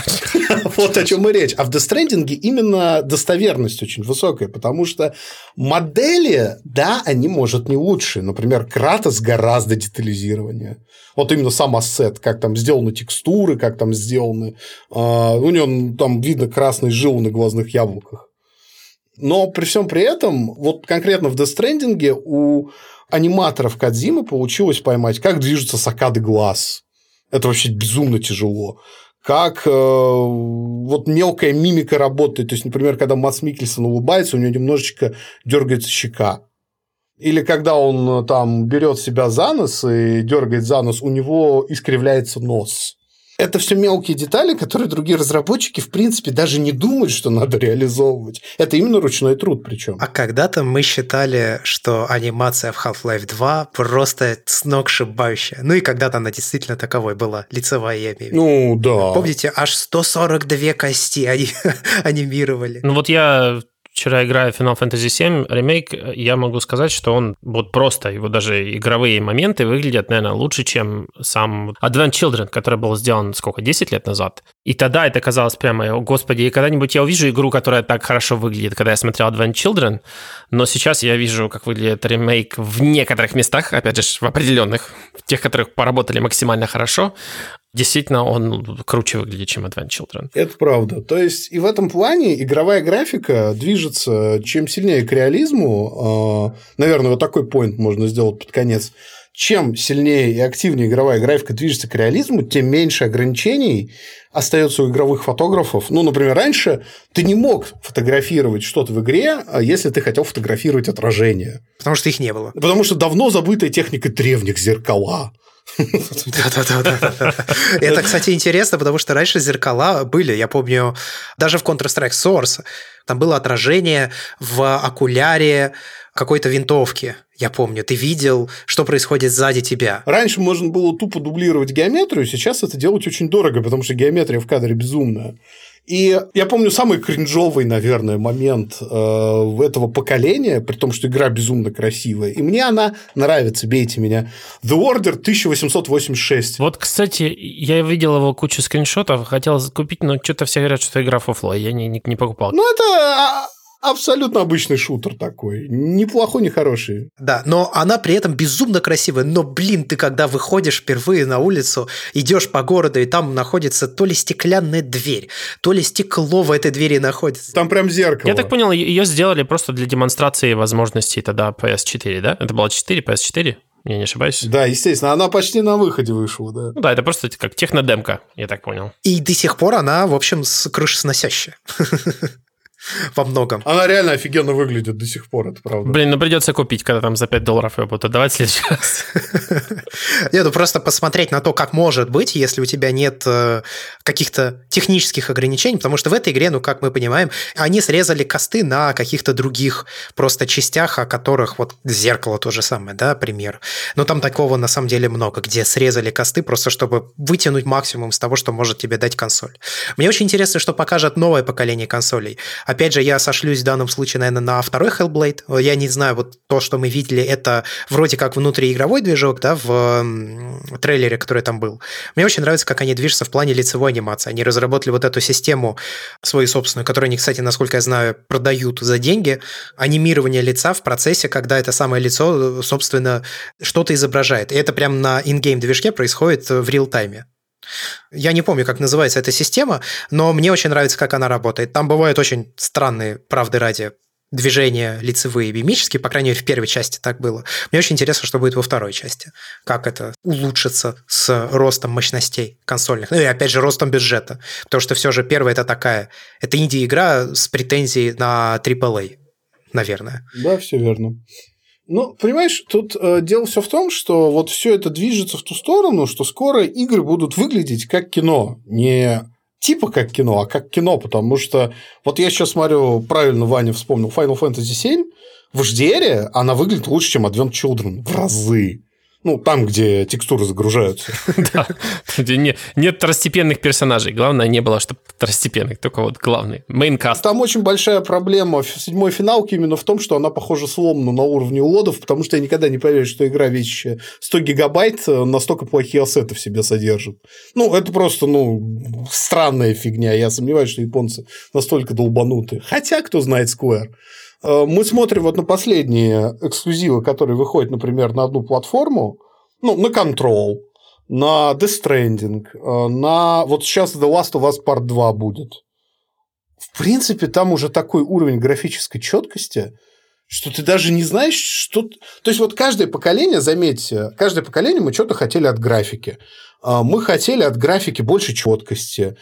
Вот о чем и речь. А в Death Stranding именно достоверность очень высокая, потому что модели, да, они, может, не лучшие. Например, Кратос гораздо детализированнее. Вот именно сам ассет, как там сделаны текстуры, как там сделаны... У него там видно красные жилы на глазных яблоках. Но при всем при этом, вот конкретно в Death Stranding у аниматоров Кодзимы получилось поймать, как движутся сакады глаз. Это вообще безумно тяжело. Как вот мелкая мимика работает. То есть, например, когда Мадс Миккельсен улыбается, у него немножечко дергается щека. Или когда он там берет себя за нос и дергает за нос, у него искривляется нос. Это все мелкие детали, которые другие разработчики, в принципе, даже не думают, что надо реализовывать. Это именно ручной труд причем. А когда-то мы считали, что анимация в Half-Life 2 просто сногсшибающая. Ну и когда-то она действительно таковой была, лицевая, я имею в виду. Ну, да. Помните, аж 142 кости они анимировали. Ну вот я... Вчера, играя в Final Fantasy VII ремейк, я могу сказать, что он вот просто, его даже игровые моменты выглядят, наверное, лучше, чем сам Advent Children, который был сделан, 10 лет назад. И тогда это казалось прямо, о господи, и когда-нибудь я увижу игру, которая так хорошо выглядит, когда я смотрел Advent Children, но сейчас я вижу, как выглядит ремейк в некоторых местах, опять же, в определенных, в тех, которых поработали максимально хорошо. Действительно, он круче выглядит, чем Advent Children. Это правда. То есть, и в этом плане игровая графика движется, чем сильнее к реализму, наверное, вот такой поинт можно сделать под конец, чем сильнее и активнее игровая графика движется к реализму, тем меньше ограничений остается у игровых фотографов. Ну, например, раньше ты не мог фотографировать что-то в игре, если ты хотел фотографировать отражение. Потому что их не было. Потому что давно забытая техника древних зеркала. Да. Это, кстати, интересно, потому что раньше зеркала были, я помню, даже в Counter-Strike Source, там было отражение в окуляре какой-то винтовки. Я помню, ты видел, что происходит сзади тебя. Раньше можно было тупо дублировать геометрию, сейчас это делать очень дорого, потому что геометрия в кадре безумная. И я помню самый кринжовый, наверное, момент этого поколения, при том, что игра безумно красивая. И мне она нравится, бейте меня. The Order 1886. Вот, кстати, я видел его кучу скриншотов, хотел купить, но что-то все говорят, что игра фуфло, я не покупал. Ну, это абсолютно обычный шутер такой. Ни плохой, ни хороший. Да, но она при этом безумно красивая. Но, блин, ты когда выходишь впервые на улицу, идешь по городу, и там находится то ли стеклянная дверь, то ли стекло в этой двери находится. Там прям зеркало. Я так понял, ее сделали просто для демонстрации возможностей тогда PS4, да? Это было 4, PS4? Я не ошибаюсь? Да, естественно. Она почти на выходе вышла, да. Ну да, это просто как технодемка, я так понял. И до сих пор она, в общем, крышесносящая. Во многом. Она реально офигенно выглядит до сих пор, это правда. Блин, ну придется купить, когда там за $5 ее будут отдавать в следующий раз. Нет, ну просто посмотреть на то, как может быть, если у тебя нет каких-то технических ограничений, потому что в этой игре, ну, как мы понимаем, они срезали косты на каких-то других просто частях, о которых вот зеркало то же самое, да, пример. Но там такого на самом деле много, где срезали косты просто чтобы вытянуть максимум из того, что может тебе дать консоль. Мне очень интересно, что покажет новое поколение консолей. Опять же, я сошлюсь в данном случае, наверное, на второй Hellblade. Я не знаю, вот то, что мы видели, это вроде как внутриигровой движок, да, в трейлере, который там был. Мне очень нравится, как они движутся в плане лицевой анимации. Они разработали вот эту систему свою собственную, которую они, кстати, насколько я знаю, продают за деньги. Анимирование лица в процессе, когда это самое лицо, собственно, что-то изображает. И это прям на in-game движке происходит в реал-тайме. Я не помню, как называется эта система, но мне очень нравится, как она работает. Там бывают очень странные, правды ради, движения лицевые, мимические, по крайней мере, в первой части так было. Мне очень интересно, что будет во второй части. Как это улучшится с ростом мощностей консольных. Ну и, опять же, ростом бюджета. Потому что все же первая это инди-игра с претензией на AAA, наверное. Да, все верно. Ну, понимаешь, тут дело все в том, что вот все это движется в ту сторону, что скоро игры будут выглядеть как кино. Не типа как кино, а как кино, потому что вот я сейчас смотрю, правильно Ваня вспомнил, Final Fantasy VII, в HDR она выглядит лучше, чем Advent Children в разы. Ну, там, где текстуры загружаются. Да, нет второстепенных персонажей. Главное не было, чтобы второстепенных, только вот главный, мейнкаст. Там очень большая проблема в седьмой финалке именно в том, что она, похоже, сломана на уровне лодов, потому что я никогда не поверю, что игра вещая 100 гигабайт настолько плохие ассеты в себе содержит. Ну, это просто, странная фигня. Я сомневаюсь, что японцы настолько долбануты. Хотя, кто знает Square. Мы смотрим вот на последние эксклюзивы, которые выходят, например, на одну платформу, на Control, на Death Stranding, на вот сейчас The Last of Us Part 2 будет. В принципе, там уже такой уровень графической четкости, что ты даже не знаешь, что... То есть, вот каждое поколение, заметьте, каждое поколение мы что-то хотели от графики. Мы хотели от графики больше четкости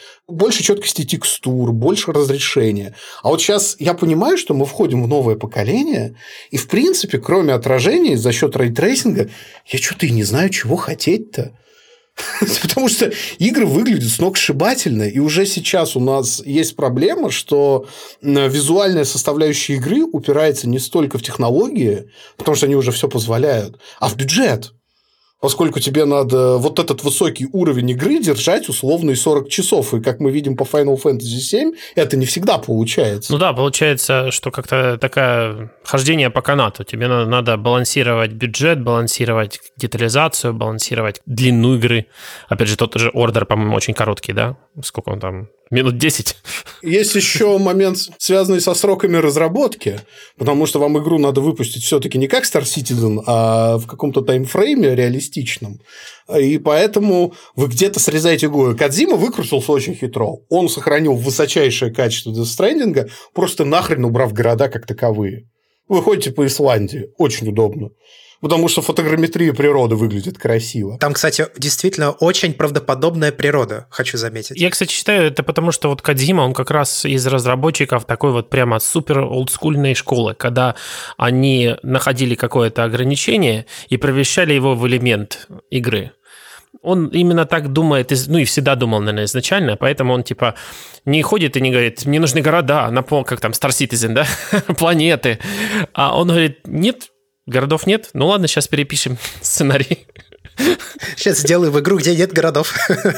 текстур, больше разрешения. А вот сейчас я понимаю, что мы входим в новое поколение, и, в принципе, кроме отражений за счет рейтрейсинга, я что-то и не знаю, чего хотеть-то. Потому что игры выглядят сногсшибательно, и уже сейчас у нас есть проблема, что визуальная составляющая игры упирается не столько в технологии, потому что они уже все позволяют, а в бюджет. Поскольку тебе надо вот этот высокий уровень игры держать условные 40 часов. И, как мы видим по Final Fantasy VII, это не всегда получается. Ну да, получается, что как-то такое хождение по канату. Тебе надо балансировать бюджет, балансировать детализацию, балансировать длину игры. Опять же, тот же Order, по-моему, очень короткий, да? Сколько он там? Минут 10. Есть еще момент, связанный со сроками разработки, потому что вам игру надо выпустить все-таки не как Star Citizen, а в каком-то таймфрейме реалистичном. И поэтому вы где-то срезаете игру. Кодзима выкрутился очень хитро. Он сохранил высочайшее качество Death Stranding, просто нахрен убрав города как таковые. Вы ходите по Исландии. Очень удобно. Потому что фотограмметрия природы выглядит красиво. Там, кстати, действительно очень правдоподобная природа, хочу заметить. Я, кстати, считаю, это потому, что вот Кодзима, он как раз из разработчиков такой вот прямо супер олдскульной школы, когда они находили какое-то ограничение и превращали его в элемент игры. он именно так думает, ну и всегда думал, наверное, изначально, поэтому он типа не ходит и не говорит, мне нужны города, как там Star Citizen, да, планеты. А он говорит, нет, городов нет, ну ладно, сейчас перепишем сценарий. Сейчас сделаю в игру, где нет городов.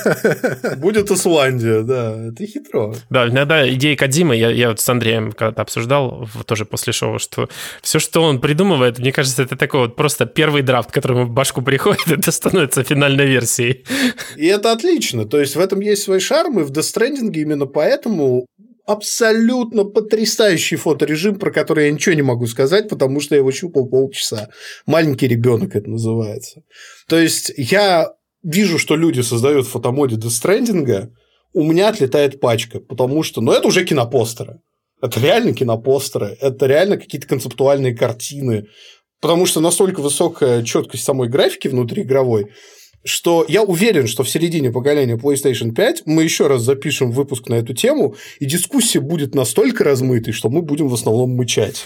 Будет Исландия, да, это хитро. Да, иногда идеи Кодзимы, я вот с Андреем когда-то обсуждал, тоже после шоу, что все, что он придумывает, мне кажется, это такой вот просто первый драфт, который ему в башку приходит, это становится финальной версией. И это отлично, то есть в этом есть свой шарм, и в Death Stranding именно поэтому абсолютно потрясающий фоторежим, про который я ничего не могу сказать, потому что я его щупал полчаса. Маленький ребенок это называется. То есть я вижу, что люди создают в фотомоде Death Stranding, у меня отлетает пачка, потому что, это уже кинопостеры. Это реально кинопостеры, это реально какие-то концептуальные картины, потому что настолько высокая четкость самой графики внутриигровой, что я уверен, что в середине поколения PlayStation 5 мы еще раз запишем выпуск на эту тему, и дискуссия будет настолько размытой, что мы будем в основном мычать.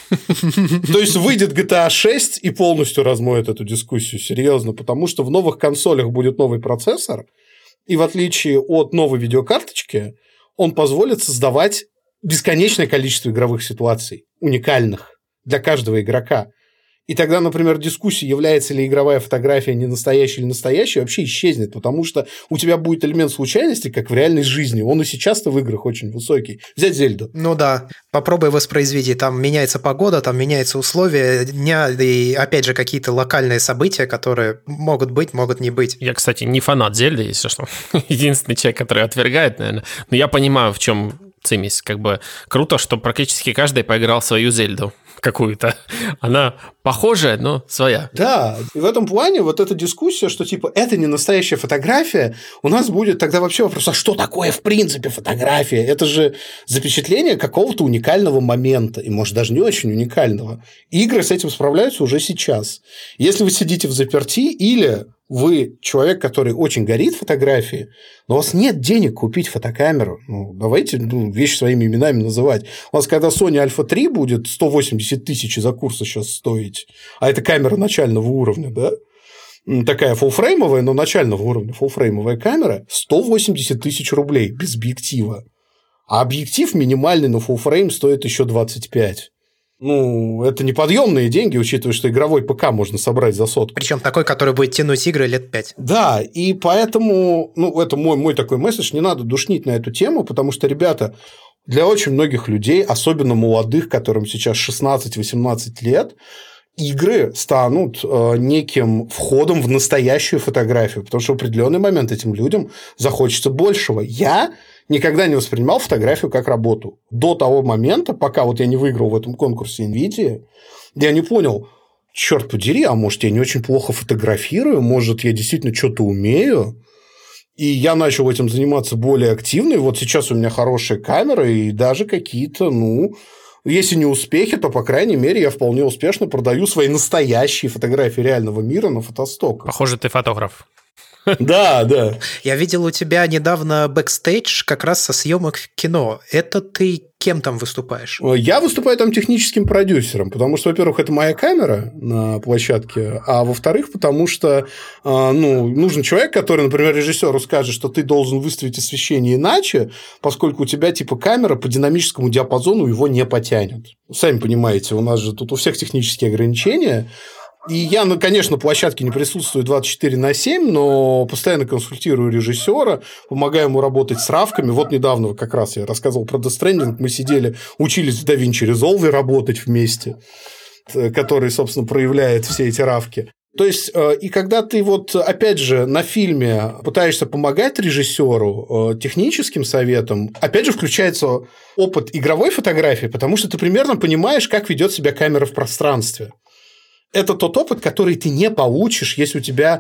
То есть выйдет GTA 6 и полностью размоет эту дискуссию, серьезно, потому что в новых консолях будет новый процессор, и в отличие от новой видеокарточки, он позволит создавать бесконечное количество игровых ситуаций, уникальных для каждого игрока. И тогда, например, дискуссия, является ли игровая фотография не настоящей или настоящей, вообще исчезнет, потому что у тебя будет элемент случайности, как в реальной жизни. Он и сейчас-то в играх очень высокий. Взять Зельду. Ну да, попробуй воспроизведи. Там меняется погода, там меняются условия дня, и опять же какие-то локальные события, которые могут быть, могут не быть. Я, кстати, не фанат Зельды, если что. Единственный человек, который отвергает, наверное. Но я понимаю, в чем цимис. Как бы круто, что практически каждый поиграл в свою Зельду какую-то. Она похожая, но своя. Да, и в этом плане вот эта дискуссия, что типа это не настоящая фотография, у нас будет тогда вообще вопрос, а что такое в принципе фотография? Это же запечатление какого-то уникального момента, и может даже не очень уникального. Игры с этим справляются уже сейчас. Если вы сидите в заперти или вы человек, который очень горит фотографией, но у вас нет денег купить фотокамеру, давайте вещи своими именами называть. У вас, когда Sony Alpha 3 будет 180 тысяч за курса сейчас стоить, а это камера начального уровня, да? Такая фуллфреймовая, но начального уровня фуллфреймовая камера, 180 тысяч рублей без объектива. А объектив минимальный на фуллфрейм стоит еще 25. Это неподъемные деньги, учитывая, что игровой ПК можно собрать за 100. Причем такой, который будет тянуть игры лет 5. Да, и поэтому, это мой такой месседж, не надо душнить на эту тему, потому что, ребята, для очень многих людей, особенно молодых, которым сейчас 16-18 лет, игры станут неким входом в настоящую фотографию, потому что в определенный момент этим людям захочется большего. Я никогда не воспринимал фотографию как работу. До того момента, пока я не выиграл в этом конкурсе NVIDIA, я не понял, черт подери, а может, я не очень плохо фотографирую, может, я действительно что-то умею. И я начал этим заниматься более активно, и вот сейчас у меня хорошая камера, и даже какие-то, если не успехи, то, по крайней мере, я вполне успешно продаю свои настоящие фотографии реального мира на фотосток. Похоже, ты фотограф. Да, да. Я видел у тебя недавно бэкстейдж как раз со съемок в кино. Это ты кем там выступаешь? Я выступаю там техническим продюсером, потому что, во-первых, это моя камера на площадке, а во-вторых, потому что нужен человек, который, например, режиссеру скажет, что ты должен выставить освещение иначе, поскольку у тебя типа камера по динамическому диапазону его не потянет. Сами понимаете, у нас же тут у всех технические ограничения. И я, конечно, на площадке не присутствую 24/7, но постоянно консультирую режиссера, помогаю ему работать с равками. Вот недавно как раз я рассказывал про Death Stranding, мы сидели, учились в DaVinci Resolve работать вместе, который, собственно, проявляет все эти равки. То есть, и когда ты опять же, на фильме пытаешься помогать режиссеру техническим советом, опять же, включается опыт игровой фотографии, потому что ты примерно понимаешь, как ведет себя камера в пространстве. Это тот опыт, который ты не получишь, если у тебя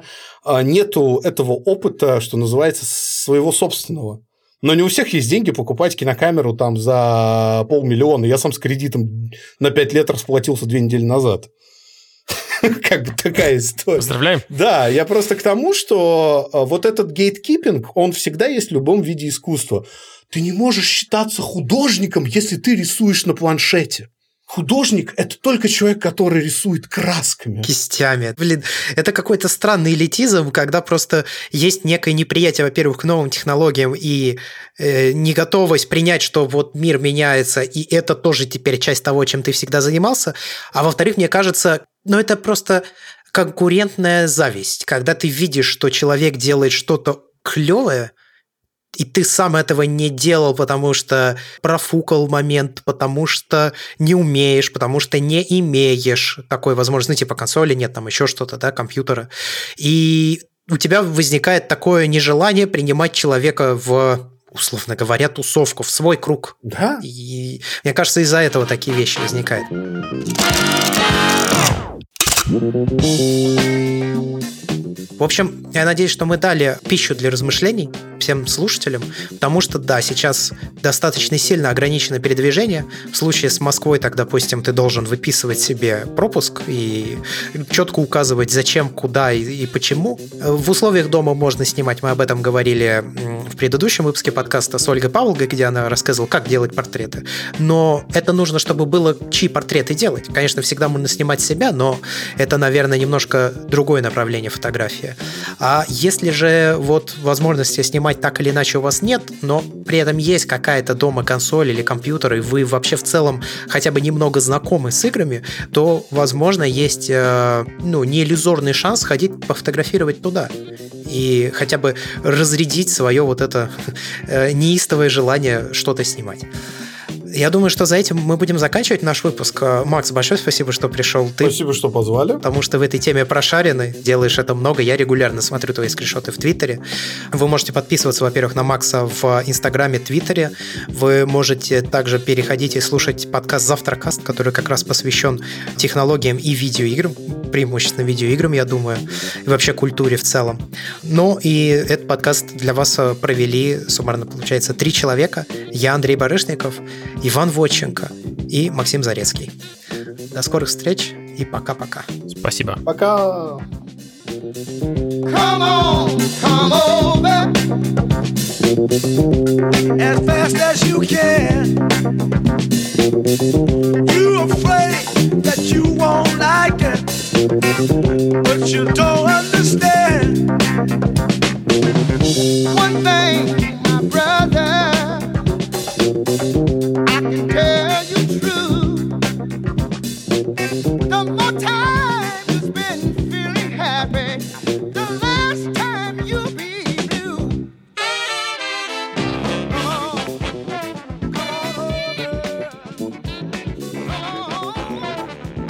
нету этого опыта, что называется, своего собственного. Но не у всех есть деньги покупать кинокамеру там за 500 000. Я сам с кредитом на 5 лет расплатился 2 недели назад. Как бы такая история. Поздравляем. Да, я просто к тому, что вот этот гейткипинг, он всегда есть в любом виде искусства. Ты не можешь считаться художником, если ты рисуешь на планшете. Художник – это только человек, который рисует красками. Кистями. Блин, это какой-то странный элитизм, когда просто есть некое неприятие, во-первых, к новым технологиям и неготовость принять, что вот мир меняется, и это тоже теперь часть того, чем ты всегда занимался. А во-вторых, мне кажется, это просто конкурентная зависть, когда ты видишь, что человек делает что-то клевое, и ты сам этого не делал, потому что профукал момент, потому что не умеешь, потому что не имеешь такой возможности, типа консоли нет, там еще что-то, да, компьютера. И у тебя возникает такое нежелание принимать человека в, условно говоря, тусовку, в свой круг. Да. И мне кажется, из-за этого такие вещи возникают. В общем, я надеюсь, что мы дали пищу для размышлений всем слушателям, потому что, да, сейчас достаточно сильно ограничено передвижение. В случае с Москвой, так, допустим, ты должен выписывать себе пропуск и четко указывать, зачем, куда и почему. В условиях дома можно снимать, мы об этом говорили в предыдущем выпуске подкаста с Ольгой Павловой, где она рассказывала, как делать портреты. Но это нужно, чтобы было чьи портреты делать. Конечно, всегда можно снимать себя, но это, наверное, немножко другое направление фотографии. А если же вот возможности снимать так или иначе у вас нет, но при этом есть какая-то дома консоль или компьютер, и вы вообще в целом хотя бы немного знакомы с играми, то, возможно, есть не иллюзорный шанс ходить пофотографировать туда и хотя бы разрядить свое вот это неистовое желание что-то снимать. Я думаю, что за этим мы будем заканчивать наш выпуск. Макс, большое спасибо, что пришел ты. Спасибо, что позвали. Потому что в этой теме прошарены, делаешь это много. Я регулярно смотрю твои скриншоты в Твиттере. Вы можете подписываться, во-первых, на Макса в Инстаграме, Твиттере. Вы можете также переходить и слушать подкаст «Завтракаст», который как раз посвящен технологиям и видеоиграм, преимущественно видеоиграм, я думаю, и вообще культуре в целом. Ну и этот подкаст для вас провели, суммарно получается, 3 человека. Я Андрей Барышников, Иван Водченко и Максим Зарецкий. До скорых встреч и пока-пока. Спасибо. Пока. Come on, come over as fast as you can. You're afraid that you won't like it, but you don't understand. One thing, my brother, I can tell you true. The more time you spend feeling happy, the less time you'll be blue. Come on, come on over. Come on,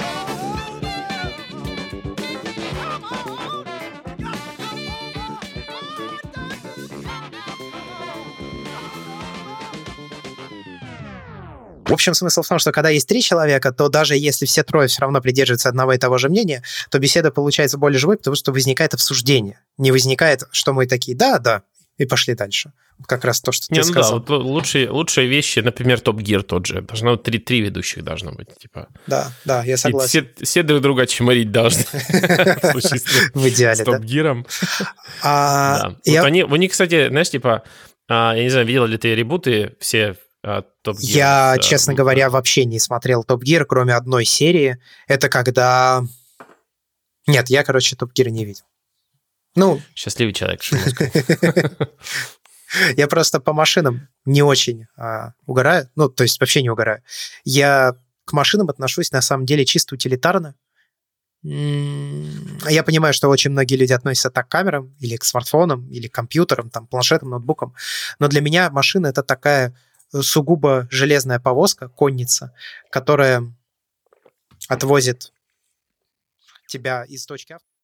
В общем, смысл в том, что когда есть 3 человека, то даже если все 3 все равно придерживаются одного и того же мнения, то беседа получается более живой, потому что возникает обсуждение. Не возникает, что мы такие, да, и пошли дальше. Как раз то, что ты сказал. Да, вот лучшие вещи, например, Top Gear тот же. Должно 3 ведущих должно быть. Типа. Да, я согласен. Все друг друга чморить должны. В идеале, да. С Top Gear'ом. У них, кстати, знаешь, типа, я не знаю, видел ли ты ребуты все Top Gear? Я, честно говоря, вообще не смотрел Top Gear, кроме одной серии. Это когда... Нет, я, Top Gear не видел. Счастливый человек. Я просто по машинам не очень угораю. То есть вообще не угораю. Я к машинам отношусь, на самом деле, чисто утилитарно. Я понимаю, что очень многие люди относятся так к камерам, или к смартфонам, или к компьютерам, там, планшетам, ноутбукам. Но для меня машина — это такая сугубо железная повозка, конница, которая отвозит тебя из точки А